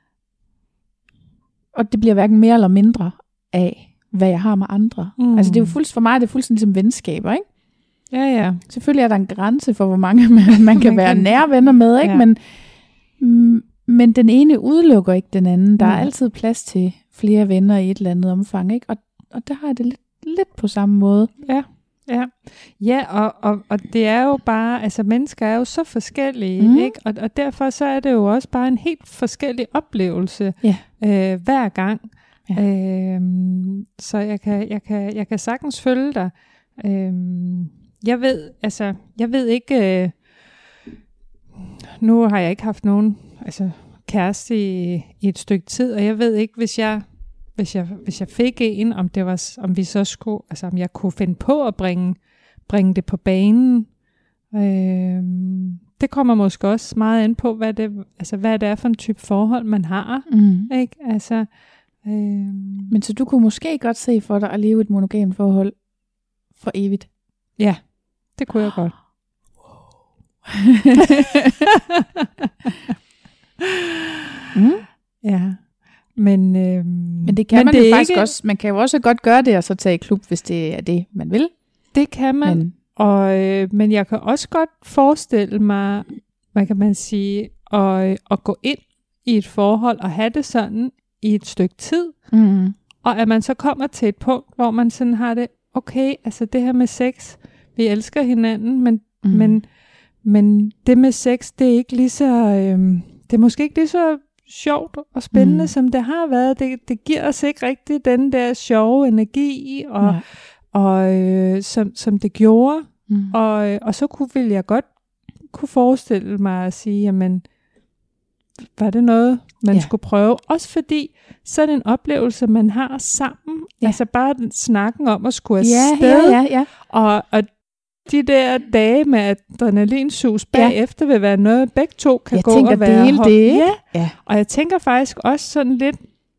og det bliver hverken mere eller mindre af, hvad jeg har med andre. Mm. Altså det er jo fuldstændig, for mig det er fuldstændig som venskaber, ikke? Ja, ja. Selvfølgelig er der en grænse for, hvor mange man, man kan man være kan... nære venner med, ikke? Ja. Men, mm, men den ene udelukker ikke den anden. Der mm. er altid plads til flere venner i et eller andet omfang, ikke? Og, og der har jeg det lidt, lidt på samme måde. Ja, ja. Ja, og, og, og det er jo bare, altså mennesker er jo så forskellige, mm. ikke? Og, og derfor så er det jo også bare en helt forskellig oplevelse ja. øh, hver gang. Ja. Øh, så jeg kan, jeg, kan, jeg kan sagtens følge dig. Øh, Jeg ved, altså, jeg ved ikke, øh, nu har jeg ikke haft nogen altså, kæreste i, i et stykke tid, og jeg ved ikke, hvis jeg, hvis jeg, hvis jeg fik en, om det var, om vi så skulle, altså om jeg kunne finde på at bringe, bringe det på banen. Øh, det kommer måske også meget ind på, hvad det, altså, hvad det er for en type forhold, man har. Mm. Ikke? Altså, øh, Men så du kunne måske godt se for dig at leve et monogamt forhold for evigt? Ja, det kunne jeg godt. mm. Ja. Men, øhm, men det kan men man det jo faktisk ikke... også. Man kan jo også godt gøre det, og så tage i klub, hvis det er det, man vil. Det kan man. Men, og, øh, men jeg kan også godt forestille mig, hvad kan man sige, at, at gå ind i et forhold og have det sådan i et stykke tid. Mm. Og at man så kommer til et punkt, hvor man sådan har det, okay, altså det her med sex, vi elsker hinanden, men, mm. men, men det med sex, det er ikke lige så, øhm, det er måske ikke lige så sjovt og spændende, mm. som det har været. Det, det giver os ikke rigtig den der sjove energi, og, ja. og øh, som, som det gjorde. Mm. Og, og så kunne, ville jeg godt kunne forestille mig at sige, jamen, var det noget, man ja. skulle prøve? Også fordi, så er det en oplevelse, man har sammen. Ja. Altså bare den snakken om at skulle afsted. Ja, ja, ja, ja. Og, og de der dage med adrenalinsus bagefter ja. vil være noget, begge to kan jeg gå tænker, og være. Jeg tænker, det ja. ja. Og jeg tænker faktisk også sådan lidt,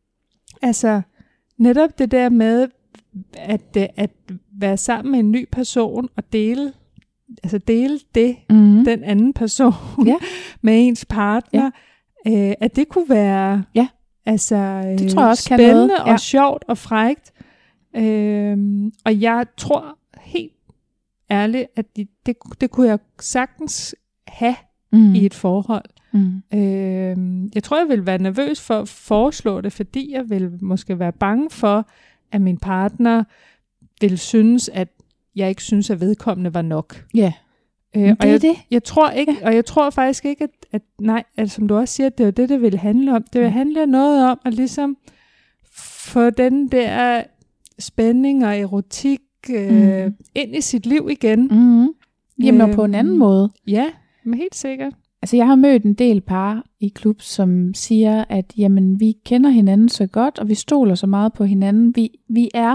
altså netop det der med, at, at være sammen med en ny person og dele, altså dele det, mm-hmm. den anden person ja. med ens partner, ja. øh, at det kunne være ja. altså, øh, det tror jeg også spændende ja. og sjovt og frækt. Øh, og jeg tror helt ærligt, at det, det, det kunne jeg sagtens have mm. i et forhold. Mm. Øh, jeg tror, jeg ville være nervøs for at foreslå det, fordi jeg ville måske være bange for, at min partner ville synes, at jeg ikke synes, at vedkommende var nok. Ja, øh, det og er jeg, det. Jeg tror ikke, og jeg tror faktisk ikke, at, at nej, at, som du også siger, det er det, det vil handle om. Det vil handle noget om at ligesom få den der spænding og erotik øh, mm. ind i sit liv igen. Mm. Jamen og på en anden måde. Ja, men helt sikkert. Altså jeg har mødt en del par i klub, som siger, at jamen, vi kender hinanden så godt, og vi stoler så meget på hinanden. Vi, vi er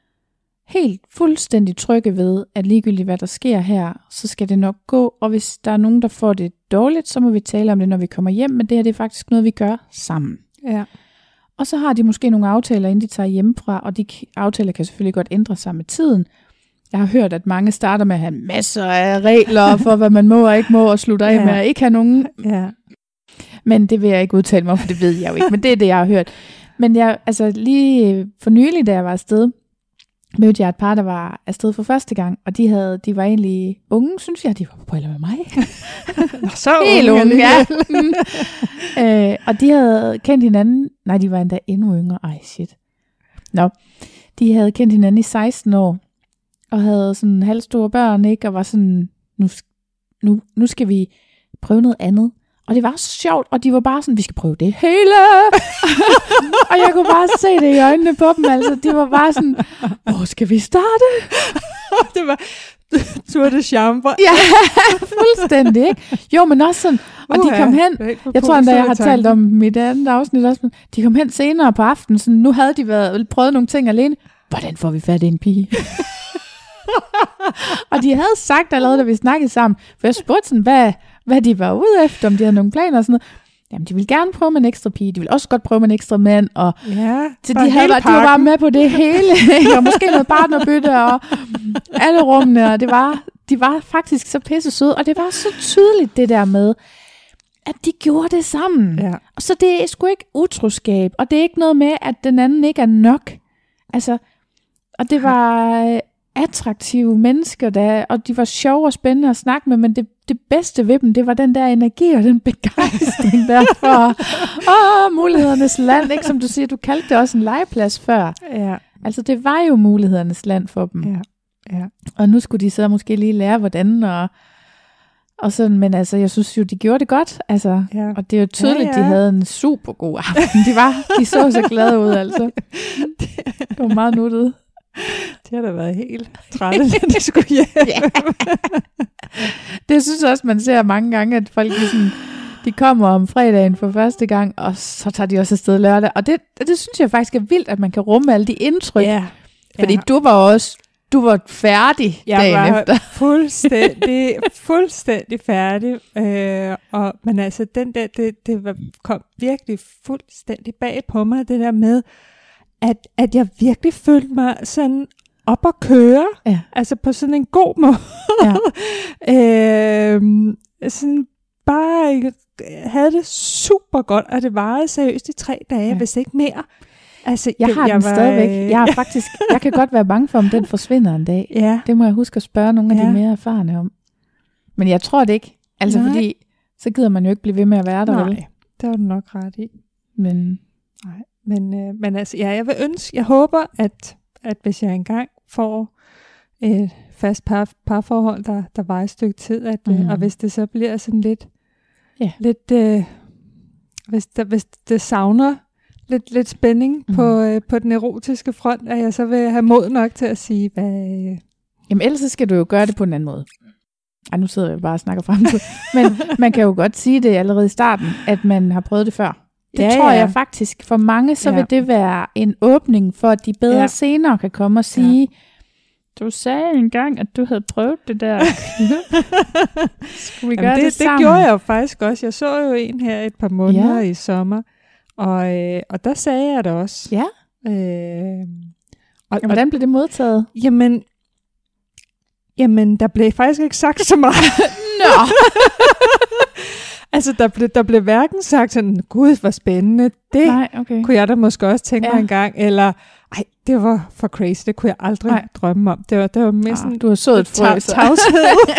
helt fuldstændig trygge ved, at ligegyldigt hvad der sker her, så skal det nok gå. Og hvis der er nogen, der får det dårligt, så må vi tale om det, når vi kommer hjem. Men det her det er faktisk noget, vi gør sammen. Ja. Og så har de måske nogle aftaler, inden de tager hjemmefra, og de aftaler kan selvfølgelig godt ændre sig med tiden. Jeg har hørt, at mange starter med at have masser af regler for, hvad man må og ikke må, og slutter af ja. med at ikke have nogen. Ja. Men det vil jeg ikke udtale mig om, for det ved jeg jo ikke. Men det er det, jeg har hørt. Men jeg, altså lige for nylig, da jeg var afsted, mødte jeg et par, der var afsted for første gang, og de havde, de var egentlig unge, synes jeg, de var på eller med mig. Nå, så helt unge, unge, ja. øh, og de havde kendt hinanden, nej, de var endda endnu yngre, ej shit. Nå, de havde kendt hinanden i seksten år, og havde sådan halvstore børn, ikke, og var sådan, nu, nu, nu skal vi prøve noget andet. Og det var så sjovt, og de var bare sådan, vi skal prøve det hele. Og jeg kunne bare se det i øjnene på dem, altså. De var bare sådan, hvor skal vi starte? Det var Tour de Chambre. Ja, fuldstændig, ikke? Jo, men også sådan, og uh, de kom hen, jeg tror endda, jeg har talt om mit andet afsnit også, men de kom hen senere på aftenen, sådan, nu havde de været, prøvet nogle ting alene. Hvordan får vi fat i en pige? Og de havde sagt allerede, da vi snakkede sammen, for jeg spurgte sådan, hvad, hvad de var ude efter, om de havde nogle planer og sådan noget. Jamen, de ville gerne prøve med en ekstra pige, de ville også godt prøve med en ekstra mand, og ja, så de, havde, de var bare med på det hele, og måske noget partnerbytte, og alle rummene, og det var, de var faktisk så pisse søde, og det var så tydeligt det der med, at de gjorde det sammen. Ja. Og så det er sgu ikke utroskab, og det er ikke noget med, at den anden ikke er nok. Altså, og det var attraktive mennesker, der, og de var sjove og spændende at snakke med, men det, det bedste ved dem, det var den der energi og den begejstring der for åh, mulighedernes land, ikke, som du siger, du kaldte det også en legeplads før. Ja. Altså det var jo mulighedernes land for dem. Ja. Ja. Og nu skulle de så måske lige lære, hvordan, og, og sådan, men altså, jeg synes jo, de gjorde det godt, altså, ja. Og det er jo tydeligt, ja, ja. De havde en super god aften. De var, de så så glade ud, altså. Det var meget nuttet. Det har da været helt træt, at de skulle hjem. Ja. Det synes jeg også, man ser mange gange, at folk de, sådan, de kommer om fredagen for første gang, og så tager de også afsted lørdag. Og det, det synes jeg faktisk er vildt, at man kan rumme alle de indtryk. Ja. Fordi ja. du var også, du var færdig jeg dagen var efter. fuldstændig, fuldstændig færdig. Øh, og, men altså, den der, det, det var, kom virkelig fuldstændig bag på mig, det der med, At, at jeg virkelig følte mig sådan op at køre, ja. Altså på sådan en god måde. Ja. øhm, sådan bare havde det super godt, og det varede seriøst i tre dage, ja. Hvis ikke mere. Altså, jeg har jeg den var, stadigvæk. Jeg, har faktisk, jeg kan godt være bange for, om den forsvinder en dag. Ja. Det må jeg huske at spørge nogle af ja. de mere erfarne om. Men jeg tror det ikke. Altså Nej. Fordi, så gider man jo ikke blive ved med at være der. Nej, vel? Det var du nok ret i. Men, Nej. Men, øh, men altså, ja, jeg vil ønske, jeg håber, at, at hvis jeg engang får et fast par, parforhold, der, der var et stykke tid, at, mm. øh, og hvis det så bliver sådan lidt, ja. lidt øh, hvis, der, hvis det savner lidt, lidt spænding mm. på, øh, på den erotiske front, at jeg så vil have mod nok til at sige, hvad... Øh... Jamen ellers så skal du jo gøre det på en anden måde. Ej, nu sidder jeg bare og snakker frem til. Men man kan jo godt sige det allerede i starten, at man har prøvet det før. Det ja, tror ja. jeg faktisk, for mange, så ja. vil det være en åbning for, at de bedre ja. senere kan komme og sige, ja. du sagde engang, at du havde prøvet det der. Skulle vi gøre Jamen, det, det sammen? Det gjorde jeg jo faktisk også. Jeg så jo en her et par måneder ja. i sommer, og, øh, og der sagde jeg det også. Ja. Øh, og, og hvordan blev det modtaget? Jamen, jamen, der blev faktisk ikke sagt så meget. Nå! Altså, der blev, der blev hverken sagt sådan, gud, hvor spændende, det Nej, okay. kunne jeg da måske også tænke ja. mig en gang, eller, ej, det var for crazy, det kunne jeg aldrig Nej. drømme om. Det var, det var mere sådan, ah, du har sået et frø, så. Tavshed.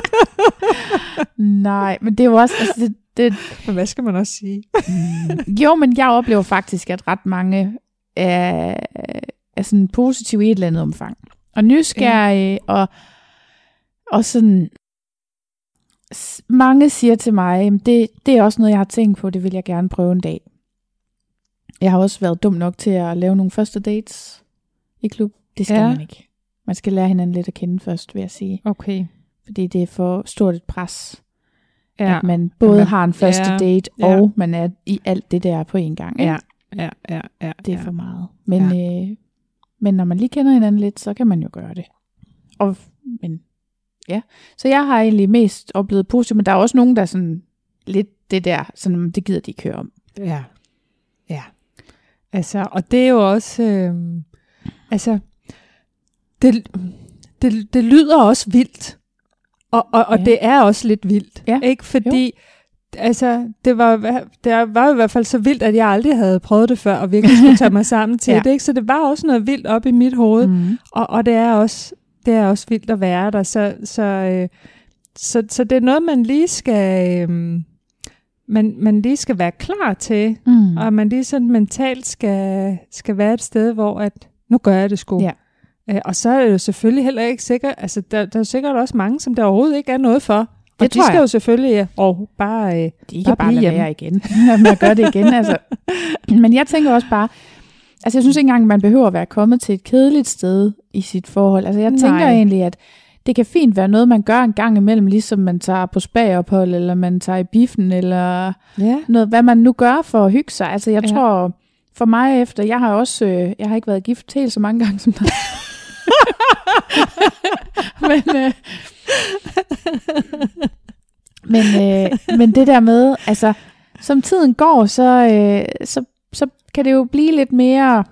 Nej, men det er jo også, altså det, det... Men hvad skal man også sige? mm, jo, men jeg oplever faktisk, at ret mange er, er sådan positive i et eller andet omfang. Og nysgerrige, ja. og, og sådan... Mange siger til mig, det, det er også noget, jeg har tænkt på, det vil jeg gerne prøve en dag. Jeg har også været dum nok til at lave nogle første dates i klub. Det skal ja. man ikke. Man skal lære hinanden lidt at kende først, vil jeg sige. Okay. Fordi det er for stort et pres, ja. at man både ja. har en første ja. date, ja. og man er i alt det der på en gang. Ikke? Ja. Ja, ja, ja. Det er ja. for meget. Men, ja. øh, men når man lige kender hinanden lidt, så kan man jo gøre det. Og, men... Ja, så jeg har egentlig mest oplevet positivt, men der er også nogen, der sådan lidt det der, sådan, det gider de ikke høre om. Ja, ja. Altså, og det er jo også, øh, altså, det, det, det lyder også vildt, og, og, og ja. det er også lidt vildt, ja. ikke? Fordi, jo. altså, det var, det var i hvert fald så vildt, at jeg aldrig havde prøvet det før, og virkelig skulle tage mig sammen til ja. det, ikke? Så det var også noget vildt op i mit hoved, mm. og, og det er også... Det er også vildt at være der, så, så, øh, så, så det er noget, man lige skal, øh, man, man lige skal være klar til, mm. og man lige sådan mentalt skal, skal være et sted, hvor at, nu gør jeg det sgu. Ja. Øh, og så er det jo selvfølgelig heller ikke sikkert, altså der, der er sikkert også mange, som der overhovedet ikke er noget for. Det og de skal jeg. jo selvfølgelig og bare øh, de kan bare lade være igen, man gør det igen. Altså. Men jeg tænker også bare, altså jeg synes ikke engang, man behøver at være kommet til et kedeligt sted i sit forhold. Altså jeg tænker Nej. egentlig, at det kan fint være noget, man gør en gang imellem, ligesom man tager på spagophold, eller man tager i biffen, eller ja. noget, hvad man nu gør for at hygge sig. Altså jeg ja. tror, for mig efter, jeg har også, øh, jeg har ikke været gift helt så mange gange som dig. men, øh, men, øh, men det der med, altså som tiden går, så, øh, så, så kan det jo blive lidt mere,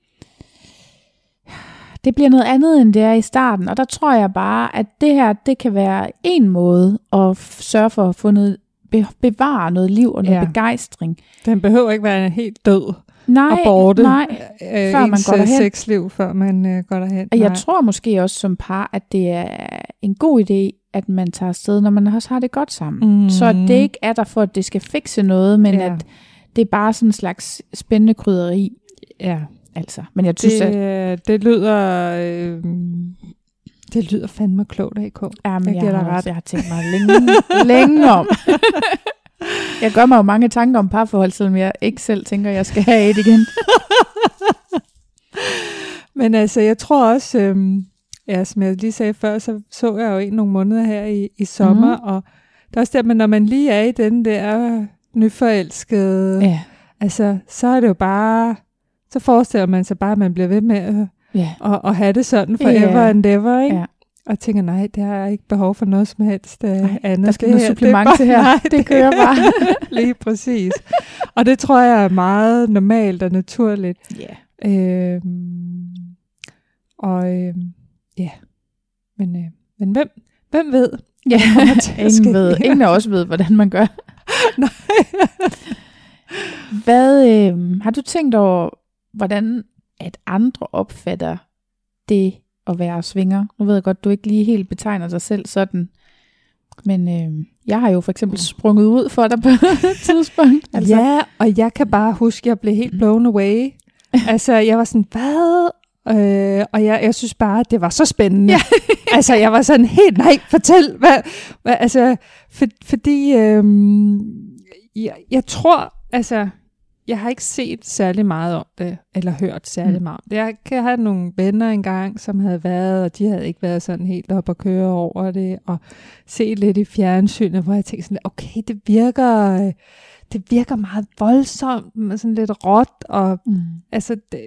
det bliver noget andet, end det er i starten, og der tror jeg bare, at det her, det kan være en måde at sørge for at få noget, bevare noget liv og noget ja. begejstring. Den behøver ikke være helt død nej, og borte, nej, øh, før man går derhen. Sexliv, før man øh, går derhen. Og jeg nej. tror måske også som par, at det er en god idé, at man tager afsted, når man også har det godt sammen. Mm. Så at det ikke er der for, at det skal fikse noget, men ja. at det er bare sådan en slags spændende krydderi. Ja. Altså, men jeg synes, det, at... det lyder... Øh, det lyder fandme klogt, A K. Ja, men jeg, jeg, har, også, jeg har tænkt mig længe, længe om. Jeg gør mig jo mange tanker om parforhold, selvom jeg ikke selv tænker, at jeg skal have et igen. Men altså, jeg tror også... Øh, ja, som jeg lige sagde før, så så jeg jo en nogle måneder her i, i sommer, mm. og det er også der, men når man lige er i den der nyforelskede, ja. altså, så er det jo bare, så forestiller man sig bare, at man bliver ved med at, ja. at, at have det sådan forever ja. and ever, ikke? Ja. Og tænker, nej, det har jeg ikke behov for noget som helst uh, nej, andet. Der skal det noget her, supplement det bare, til her, nej, det kører bare. Lige præcis. Og det tror jeg er meget normalt og naturligt. Ja. Øhm, og øhm, ja, men, øh, men hvem, hvem ved? Ja, ingen ved. Ingen af os ved, hvordan man gør. Nej. Hvad, øh, har du tænkt over, hvordan at andre opfatter det at være swinger? Nu ved jeg godt, du ikke lige helt betegner dig selv sådan. Men øh, jeg har jo for eksempel sprunget ud for dig på et tidspunkt. Altså. Ja, og jeg kan bare huske, at jeg blev helt blown away. Altså, jeg var sådan, hvad? Øh, og jeg, jeg synes bare, det var så spændende. Ja. Altså, jeg var sådan helt, nej, fortæl. Hvad, hvad, altså, for, fordi øh, jeg, jeg tror, altså, jeg har ikke set særlig meget om det, eller hørt særlig mm. meget om det. Jeg kan have nogle venner engang, som havde været, og de havde ikke været sådan helt op at køre over det, og se lidt i fjernsynet, hvor jeg tænkte sådan, okay, det virker, det virker meget voldsomt, med sådan lidt råt, og mm. altså, det,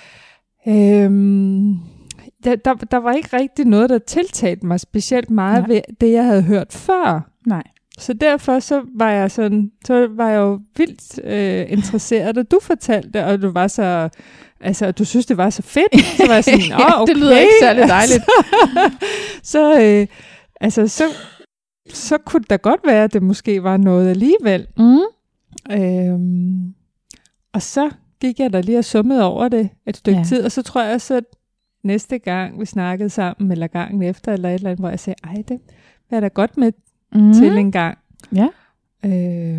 øhm, der, der, der var ikke rigtig noget, der tiltalte mig specielt meget Nej. ved det, jeg havde hørt før. Nej. Så derfor så var jeg sådan, så var jeg jo vildt øh, interesseret, og du fortalte, og du var så, altså du synes det var så fedt, så var jeg sådan, åh okay. Det lyder ikke særlig dejligt. så, øh, altså så, så kunne det da godt være, at det måske var noget alligevel. Mm. Øhm, og så gik jeg da lige og summede over det et stykke ja. tid, og så tror jeg så, at næste gang vi snakkede sammen, eller gangen efter, eller et eller andet, hvor jeg sagde, ej det var da godt med Mm. til en gang. Ja. Øh,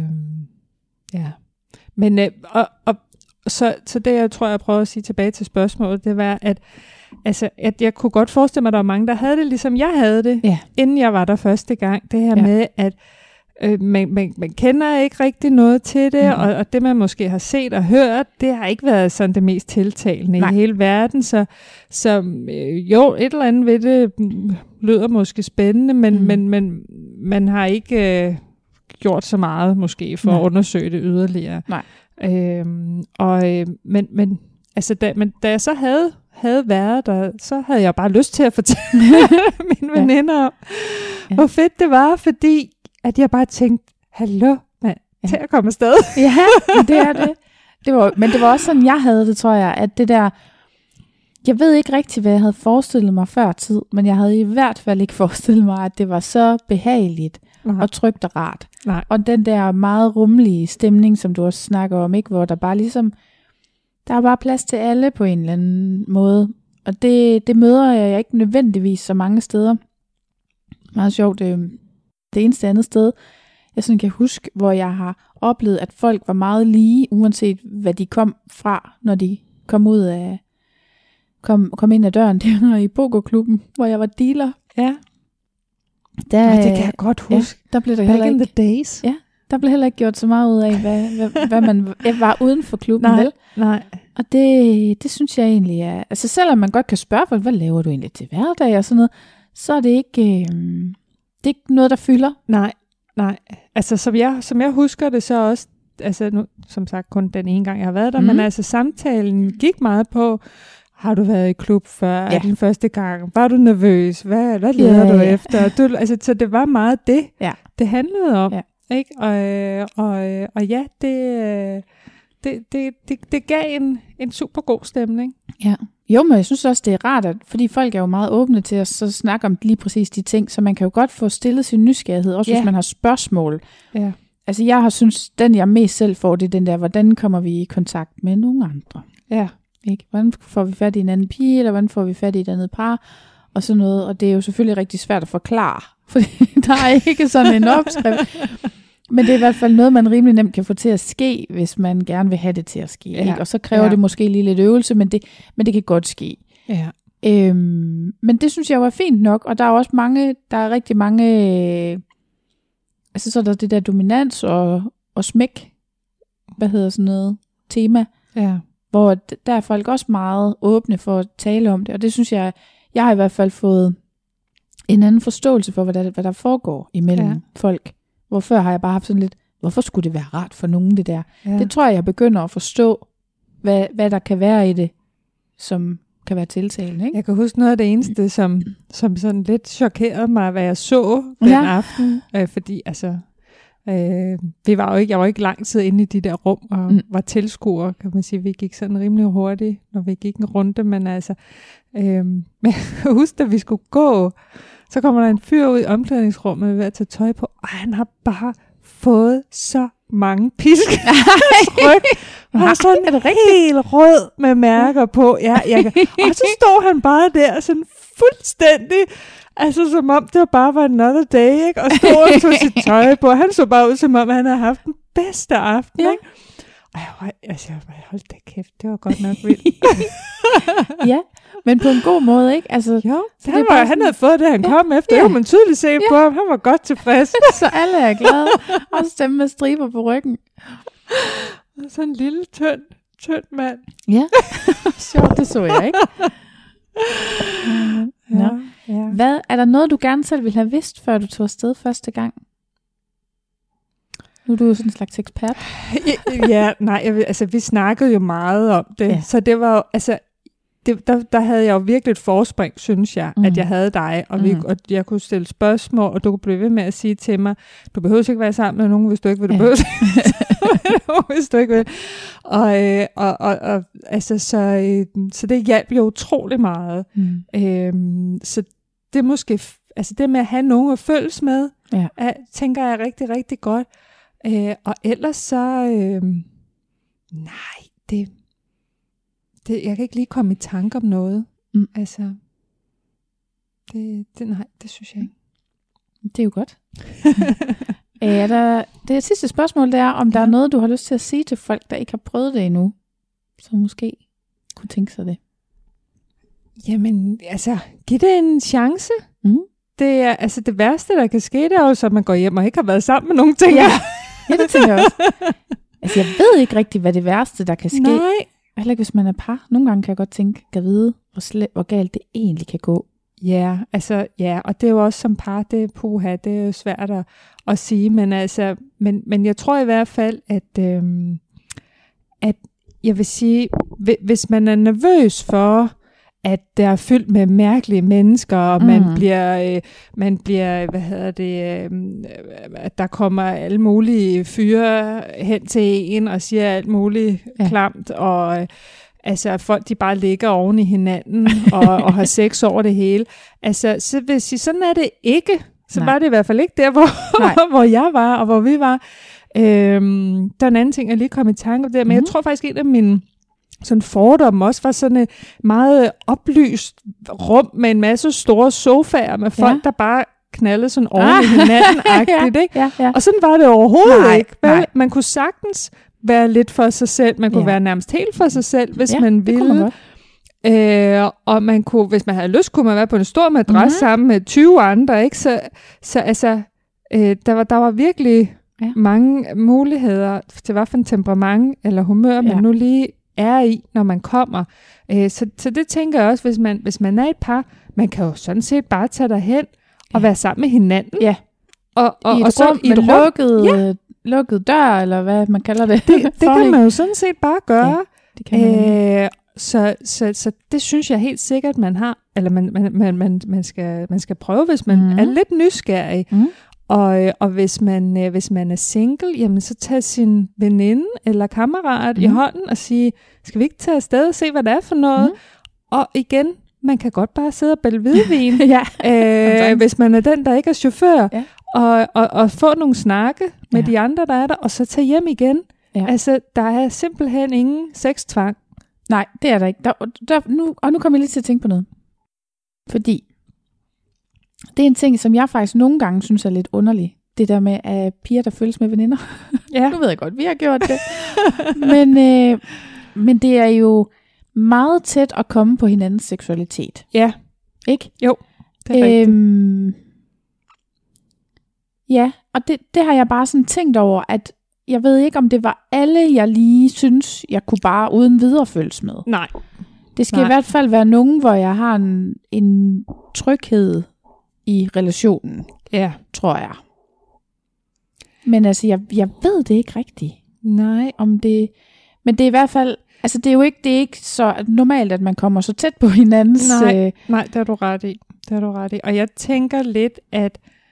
ja. Men øh, og, og, så, så det jeg tror jeg prøver at sige tilbage til spørgsmålet, det var at altså at jeg kunne godt forestille mig at der var mange der havde det ligesom jeg havde det, ja. inden jeg var der første gang. Det her ja. med at øh, man, man, man kender ikke rigtig noget til det, mm. og, og det man måske har set og hørt, det har ikke været sådan det mest tiltalende Nej. i hele verden. Så, så øh, jo, et eller andet ved det lyder måske spændende, men, mm. men, men man har ikke øh, gjort så meget måske for Nej. at undersøge det yderligere. Nej. Øhm, og, øh, men, men, altså, da, men da jeg så havde, havde været der, så havde jeg bare lyst til at fortælle mine veninder om, ja. hvor fedt det var, fordi at jeg bare tænkte, hallo, mand, ja. til at komme afsted. Ja, det er det. det var, men det var også sådan, jeg havde det, tror jeg, at det der, jeg ved ikke rigtig, hvad jeg havde forestillet mig før tid, men jeg havde i hvert fald ikke forestillet mig, at det var så behageligt Nej. og trygt og rart. Nej. Og den der meget rummelige stemning, som du også snakker om, ikke, hvor der bare ligesom, der er bare plads til alle på en eller anden måde. Og det, det møder jeg ikke nødvendigvis så mange steder. Meget sjovt, det, det eneste andet sted, jeg sådan kan huske, hvor jeg har oplevet, at folk var meget lige, uanset hvad de kom fra, når de kom ud af, kom, kom ind ad døren, det var i pokerklubben, hvor jeg var dealer. Ja. Der, oh, det kan jeg godt huske. Ja, der blev der Back heller in ikke, the days. Ja, der blev heller ikke gjort så meget ud af, hvad, hvad, hvad man var uden for klubben. Nej, vel? nej. Og det, det synes jeg egentlig er, altså selvom man godt kan spørge folk, hvad laver du egentlig til hverdag og sådan noget, så er det ikke, øh, det er ikke noget, der fylder. Nej, nej. Altså som jeg, som jeg husker det så også, altså nu, som sagt kun den ene gang, jeg har været der, mm. men altså samtalen gik meget på, har du været i klub før? Ja. Den første gang? Var du nervøs? Hvad, hvad leder ja, du ja. efter? Du, altså, så det var meget det, ja. det handlede om. Ja. Ikke? Og, og, og ja, det, det, det, det, det gav en, en super god stemning. Ja. Jo, men jeg synes også, det er rart, at, fordi folk er jo meget åbne til at så snakke om lige præcis de ting, så man kan jo godt få stillet sin nysgerrighed, også ja. hvis man har spørgsmål. Ja. Altså jeg har synes, den jeg mest selv får, det er den der, hvordan kommer vi i kontakt med nogle andre? Ja. Ikke? Hvordan får vi fat i en anden pige, eller hvordan får vi fat i et andet par, og sådan noget. Og det er jo selvfølgelig rigtig svært at forklare, for der er ikke sådan en opskrift. Men det er i hvert fald noget, man rimelig nemt kan få til at ske, hvis man gerne vil have det til at ske. Ja. Ikke? Og så kræver ja. det måske lige lidt øvelse, men det, men det kan godt ske. Ja. Øhm, men det synes jeg jo er fint nok, og der er også mange, der er rigtig mange, altså så er der det der dominans og, og smæk, hvad hedder sådan noget, tema. Ja. Hvor der er folk også meget åbne for at tale om det, og det synes jeg, jeg har i hvert fald fået en anden forståelse for, hvad der, hvad der foregår imellem ja. folk. Hvor før har jeg bare haft sådan lidt, hvorfor skulle det være rart for nogen det der? Ja. Det tror jeg, jeg begynder at forstå, hvad, hvad der kan være i det, som kan være tiltalende. Ikke? Jeg kan huske noget af det eneste, som, som sådan lidt chokerede mig, hvad jeg så den ja. aften, øh, fordi altså, Øh, vi var jo ikke, jeg var ikke lang tid inde i de der rum, og mm. var tilskuer, kan man sige. Vi gik sådan rimelig hurtigt, når vi gik en runde, men altså, øh, men husk, da vi skulle gå, så kommer der en fyr ud i omklædningsrummet ved at tage tøj på, og han har bare fået så mange pisk. Han var sådan er det helt rød med mærker på. Ja, jeg, og så stod han bare der sådan fuldstændig, altså som om det bare var another day, ikke? Og stod og tog sit tøj på. Han så bare ud som om, han havde haft den bedste aften, ja. Ikke? Og jeg var, altså, jeg var, hold da kæft, det var godt nok vildt. Ja, men på en god måde, ikke? Altså, jo, han, var, sådan, han havde fået det, han ja, kom efter. Ja. Det kunne man tydeligt se ja. På ham. Han var godt tilfreds. Så alle er glade. Også dem med striber på ryggen. Og sådan en lille, tynd, tynd mand. Ja, sjovt, det så jeg, ikke? Ja, ja. Hvad, er der noget, du gerne selv ville have vidst, før du tog afsted første gang? Nu er du jo sådan en slags ekspert. Ja, nej, jeg, altså vi snakkede jo meget om det, ja. Så det var altså, det, der, der havde jeg jo virkelig et forspring, synes jeg, mm. at jeg havde dig, og, vi, mm. og jeg kunne stille spørgsmål, og du kunne blive ved med at sige til mig, du behøver ikke være sammen med nogen, hvis du ikke vil, du ja. behøver ikke, hvis du ikke vil. Og, øh, og, og, og altså, så, øh, så det hjalp jo utrolig meget. Mm. Øhm, så det er måske, altså det med at have nogen at følges med, ja. er, tænker jeg rigtig, rigtig godt. Øh, og ellers så, øh, nej, det, det, jeg kan ikke lige komme i tanke om noget. Mm. Altså, det, det, nej, det synes jeg ikke. Det er jo godt. er der, det sidste spørgsmål, det er, om ja. Der er noget, du har lyst til at sige til folk, der ikke har prøvet det endnu, som måske kunne tænke sig det. Jamen, altså, giv det en chance. Mm. Det er, altså det værste, der kan ske, det er jo så, at man går hjem og ikke har været sammen med nogen ting. Ja, ja det tænker jeg også. Altså, jeg ved ikke rigtig, hvad det værste, der kan ske. Nej. Heller ikke, hvis man er par. Nogle gange kan jeg godt tænke, kan vide, hvor, slet, hvor galt det egentlig kan gå. Ja, altså, ja, og det er jo også som par, det er puha, det er jo svært at, at sige, men altså, men, men jeg tror i hvert fald, at, øhm, at jeg vil sige, hvis man er nervøs for, at der er fyldt med mærkelige mennesker, og mm. man bliver, øh, man bliver, hvad hedder det, øh, at der kommer alle mulige fyre hen til en og siger alt muligt ja. klamt, og øh, altså folk de bare ligger oven i hinanden og, og har sex over det hele. Altså, så vil jeg sige, sådan er det ikke. Så Nej. Var det i hvert fald ikke der, hvor, hvor jeg var, og hvor vi var. Øhm, der er en anden ting, jeg lige kom i tanke om det, men mm. jeg tror faktisk, en af mine sådan fordom også var sådan et meget oplyst rum med en masse store sofaer med folk, ja. Der bare knaldede sådan oven ah. i hinanden-agtigt, ikke? Ja, ja. Og sådan var det overhovedet nej, ikke. Vel? Man kunne sagtens være lidt for sig selv, man kunne ja. Være nærmest helt for sig selv, hvis ja, man ville. Man øh, og man kunne, hvis man havde lyst, kunne man være på en stor madras mm-hmm. sammen med tyve andre, ikke? Så, så altså, øh, der, var, der var virkelig ja. Mange muligheder til hvad for en temperament eller humør, ja. Man nu lige er i, når man kommer. Øh, så, så det tænker jeg også, hvis man, hvis man er et par, man kan jo sådan set bare tage derhen og ja. Være sammen med hinanden. Ja. Og, og, I et og så rum i et med rum, lukket, ja. lukket dør, eller hvad man kalder det. Det, det kan man jo sådan set bare gøre. Ja, det kan man. Øh, så, så, så det synes jeg helt sikkert, man har, eller man, man, man, man, man, skal, man skal prøve, hvis man mm. er lidt nysgerrig. Mm. Og, og hvis, man, øh, hvis man er single, jamen så tag sin veninde eller kammerat mm. i hånden og sige, skal vi ikke tage afsted og se, hvad det er for noget? Mm. Og igen, man kan godt bare sidde og bælge hvidvin, ja. øh, hvis man er den, der ikke er chauffør, ja. og, og, og få nogle snakke med ja. De andre, der er der, og så tage hjem igen. Ja. Altså, der er simpelthen ingen sextvang. Nej, det er der ikke. Der, der, nu, og nu kommer jeg lige til at tænke på noget. Fordi det er en ting, som jeg faktisk nogle gange synes er lidt underlig. Det der med at piger, der følges med veninder. Ja. Nu ved jeg godt, vi har gjort det. men, øh, men det er jo meget tæt at komme på hinandens seksualitet. Ja. Ikke? Jo, det er øhm, rigtigt. Ja, og det, det har jeg bare sådan tænkt over, at jeg ved ikke, om det var alle, jeg lige synes, jeg kunne bare uden videre følges med. Nej. Det skal Nej. I hvert fald være nogen, hvor jeg har en, en tryghed i relationen, ja. Tror jeg. Men altså, jeg, jeg ved det ikke rigtigt. Nej. Om det, men det er i hvert fald, altså det er jo ikke, det er ikke så normalt, at man kommer så tæt på hinandens. Nej, øh, nej, det har du ret i. Det har du ret i. Og jeg tænker lidt, at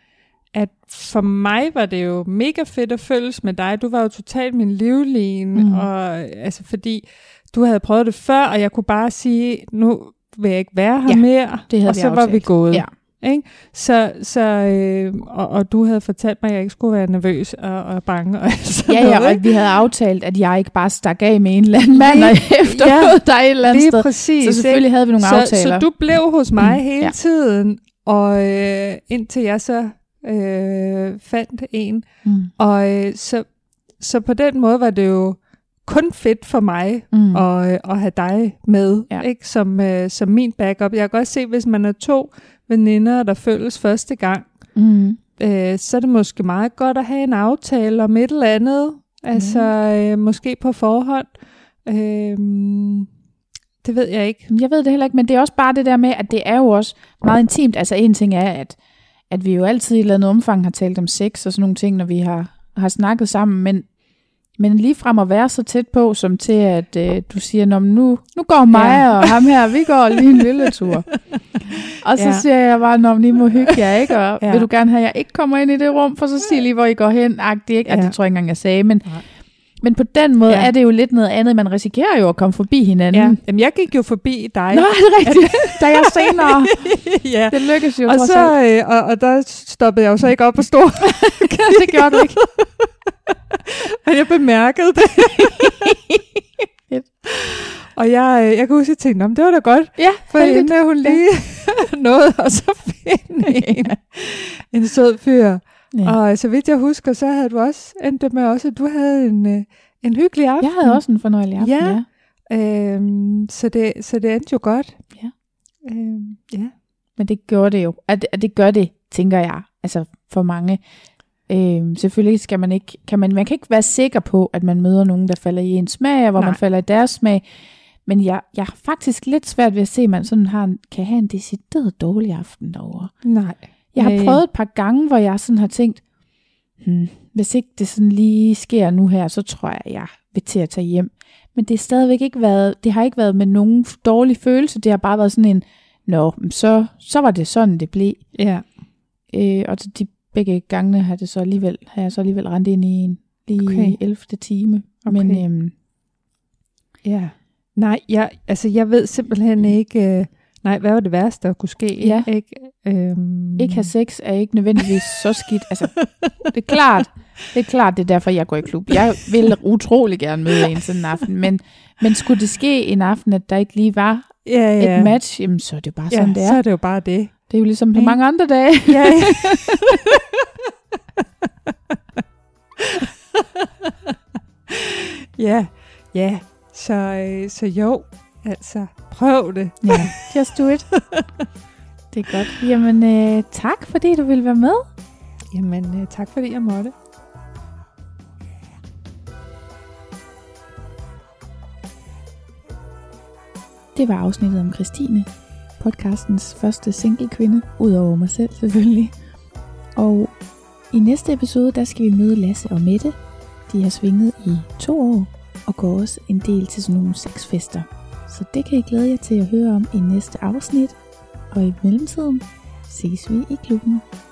at for mig var det jo mega fedt at følges med dig. Du var jo totalt min livline, mm. og altså fordi du havde prøvet det før, og jeg kunne bare sige, nu vil jeg ikke være her ja, mere, det og så var vi gået. Ja. Ikke? Så, så, øh, og, og du havde fortalt mig, at jeg ikke skulle være nervøs og, og bange. Og sådan ja, ja, noget, og vi havde aftalt, at jeg ikke bare stak af med en eller anden mand, og efterlod ja, dig et eller andet sted. Præcis, så selvfølgelig ikke? havde vi nogle så, aftaler. Så du blev hos mig mm, hele ja. tiden, og øh, indtil jeg så øh, fandt en. Mm. Og øh, så, så på den måde var det jo kun fedt for mig mm. at, at have dig med, ja. ikke? Som, øh, som min backup. Jeg kan godt se, hvis man er to veninder, der følges første gang, mm. øh, så er det måske meget godt at have en aftale om et eller andet. Mm. Altså øh, måske på forhånd. Øh, det ved jeg ikke. Jeg ved det heller ikke, men det er også bare det der med, at det er jo også meget intimt. Altså en ting er, at, at vi jo altid i et eller andet omfang har talt om sex og sådan nogle ting, når vi har, har snakket sammen, men Men lige frem at være så tæt på, som til at øh, du siger, nu, nu går mig ja. og ham her, vi går lige en lille tur. Og så ja. siger jeg bare, når I må hygge jer, ikke? Og ja. vil du gerne have, at jeg ikke kommer ind i det rum, for så sig lige, hvor I går hen. Agtigt, ikke? Ja. Altså, det tror jeg ikke engang, jeg sagde. Men, men på den måde ja. er det jo lidt noget andet. Man risikerer jo at komme forbi hinanden. Ja. Jamen, jeg gik jo forbi dig. Nå, er det rigtigt? Da jeg senere. ja. Det lykkedes jo. Og, så, øh, og, og der stoppede jeg jo så ikke op og stå. Det gjorde du ikke. Og jeg bemærkede det. Og jeg, jeg kunne huske, at jeg tænkte, det var da godt. Ja, for inden hun lige ja. nåede at så finde en, en sød fyr. Ja. Og så vidt jeg husker, så havde du også endt det med også, at du havde en, en hyggelig aften. Jeg havde også en fornøjelig aften, ja. ja. Øhm, så, det, så det endte jo godt. Ja. Øhm, ja. Men det gjorde det jo. At, at det gør det, tænker jeg. Altså for mange. Øhm, selvfølgelig skal man ikke, kan man, man kan ikke være sikker på, at man møder nogen, der falder i ens smag, og hvor Nej. man falder i deres smag. Men jeg, jeg har faktisk lidt svært ved at se, at man sådan har en, kan have en decideret dårlig aften derovre. Nej. Jeg har prøvet et par gange, hvor jeg sådan har tænkt, hmm, hvis ikke det sådan lige sker nu her, så tror jeg, jeg vil til at tage hjem. Men det er stadigvæk ikke været, det har ikke været med nogen dårlig følelse. Det har bare været sådan en, nå, så, så var det sådan, det blev. Ja. Øh, og de begge gangene har det så alligevel, har jeg så alligevel rendt ind i en lige okay. ellevte time. Okay. Men øhm, ja. Nej, jeg, altså jeg ved simpelthen ikke, øh, nej, hvad var det værste, der kunne ske? Ja. Ikke, øhm. ikke have sex er ikke nødvendigvis så skidt. Altså, det er klart, det er klart, det er derfor, jeg går i klub. Jeg vil utrolig gerne møde en sådan en aften, men, men skulle det ske en aften, at der ikke lige var ja, ja. et match, jamen så er det jo bare ja, sådan, det er. så er det jo bare det. Det er jo ligesom på mange andre dage. Ja, ja. ja, ja. Så, øh, så jo, altså, prøv det. Ja, just do it. Det er godt. Jamen, øh, tak fordi du ville være med. Jamen, øh, tak fordi jeg måtte. Det var afsnittet om Christine, podcastens første single kvinde, udover mig selv selvfølgelig. Og i næste episode, der skal vi møde Lasse og Mette. De har svinget i to år og går også en del til sådan nogle sexfester. Så det kan I glæde jer til at høre om i næste afsnit. Og i mellemtiden ses vi i klubben.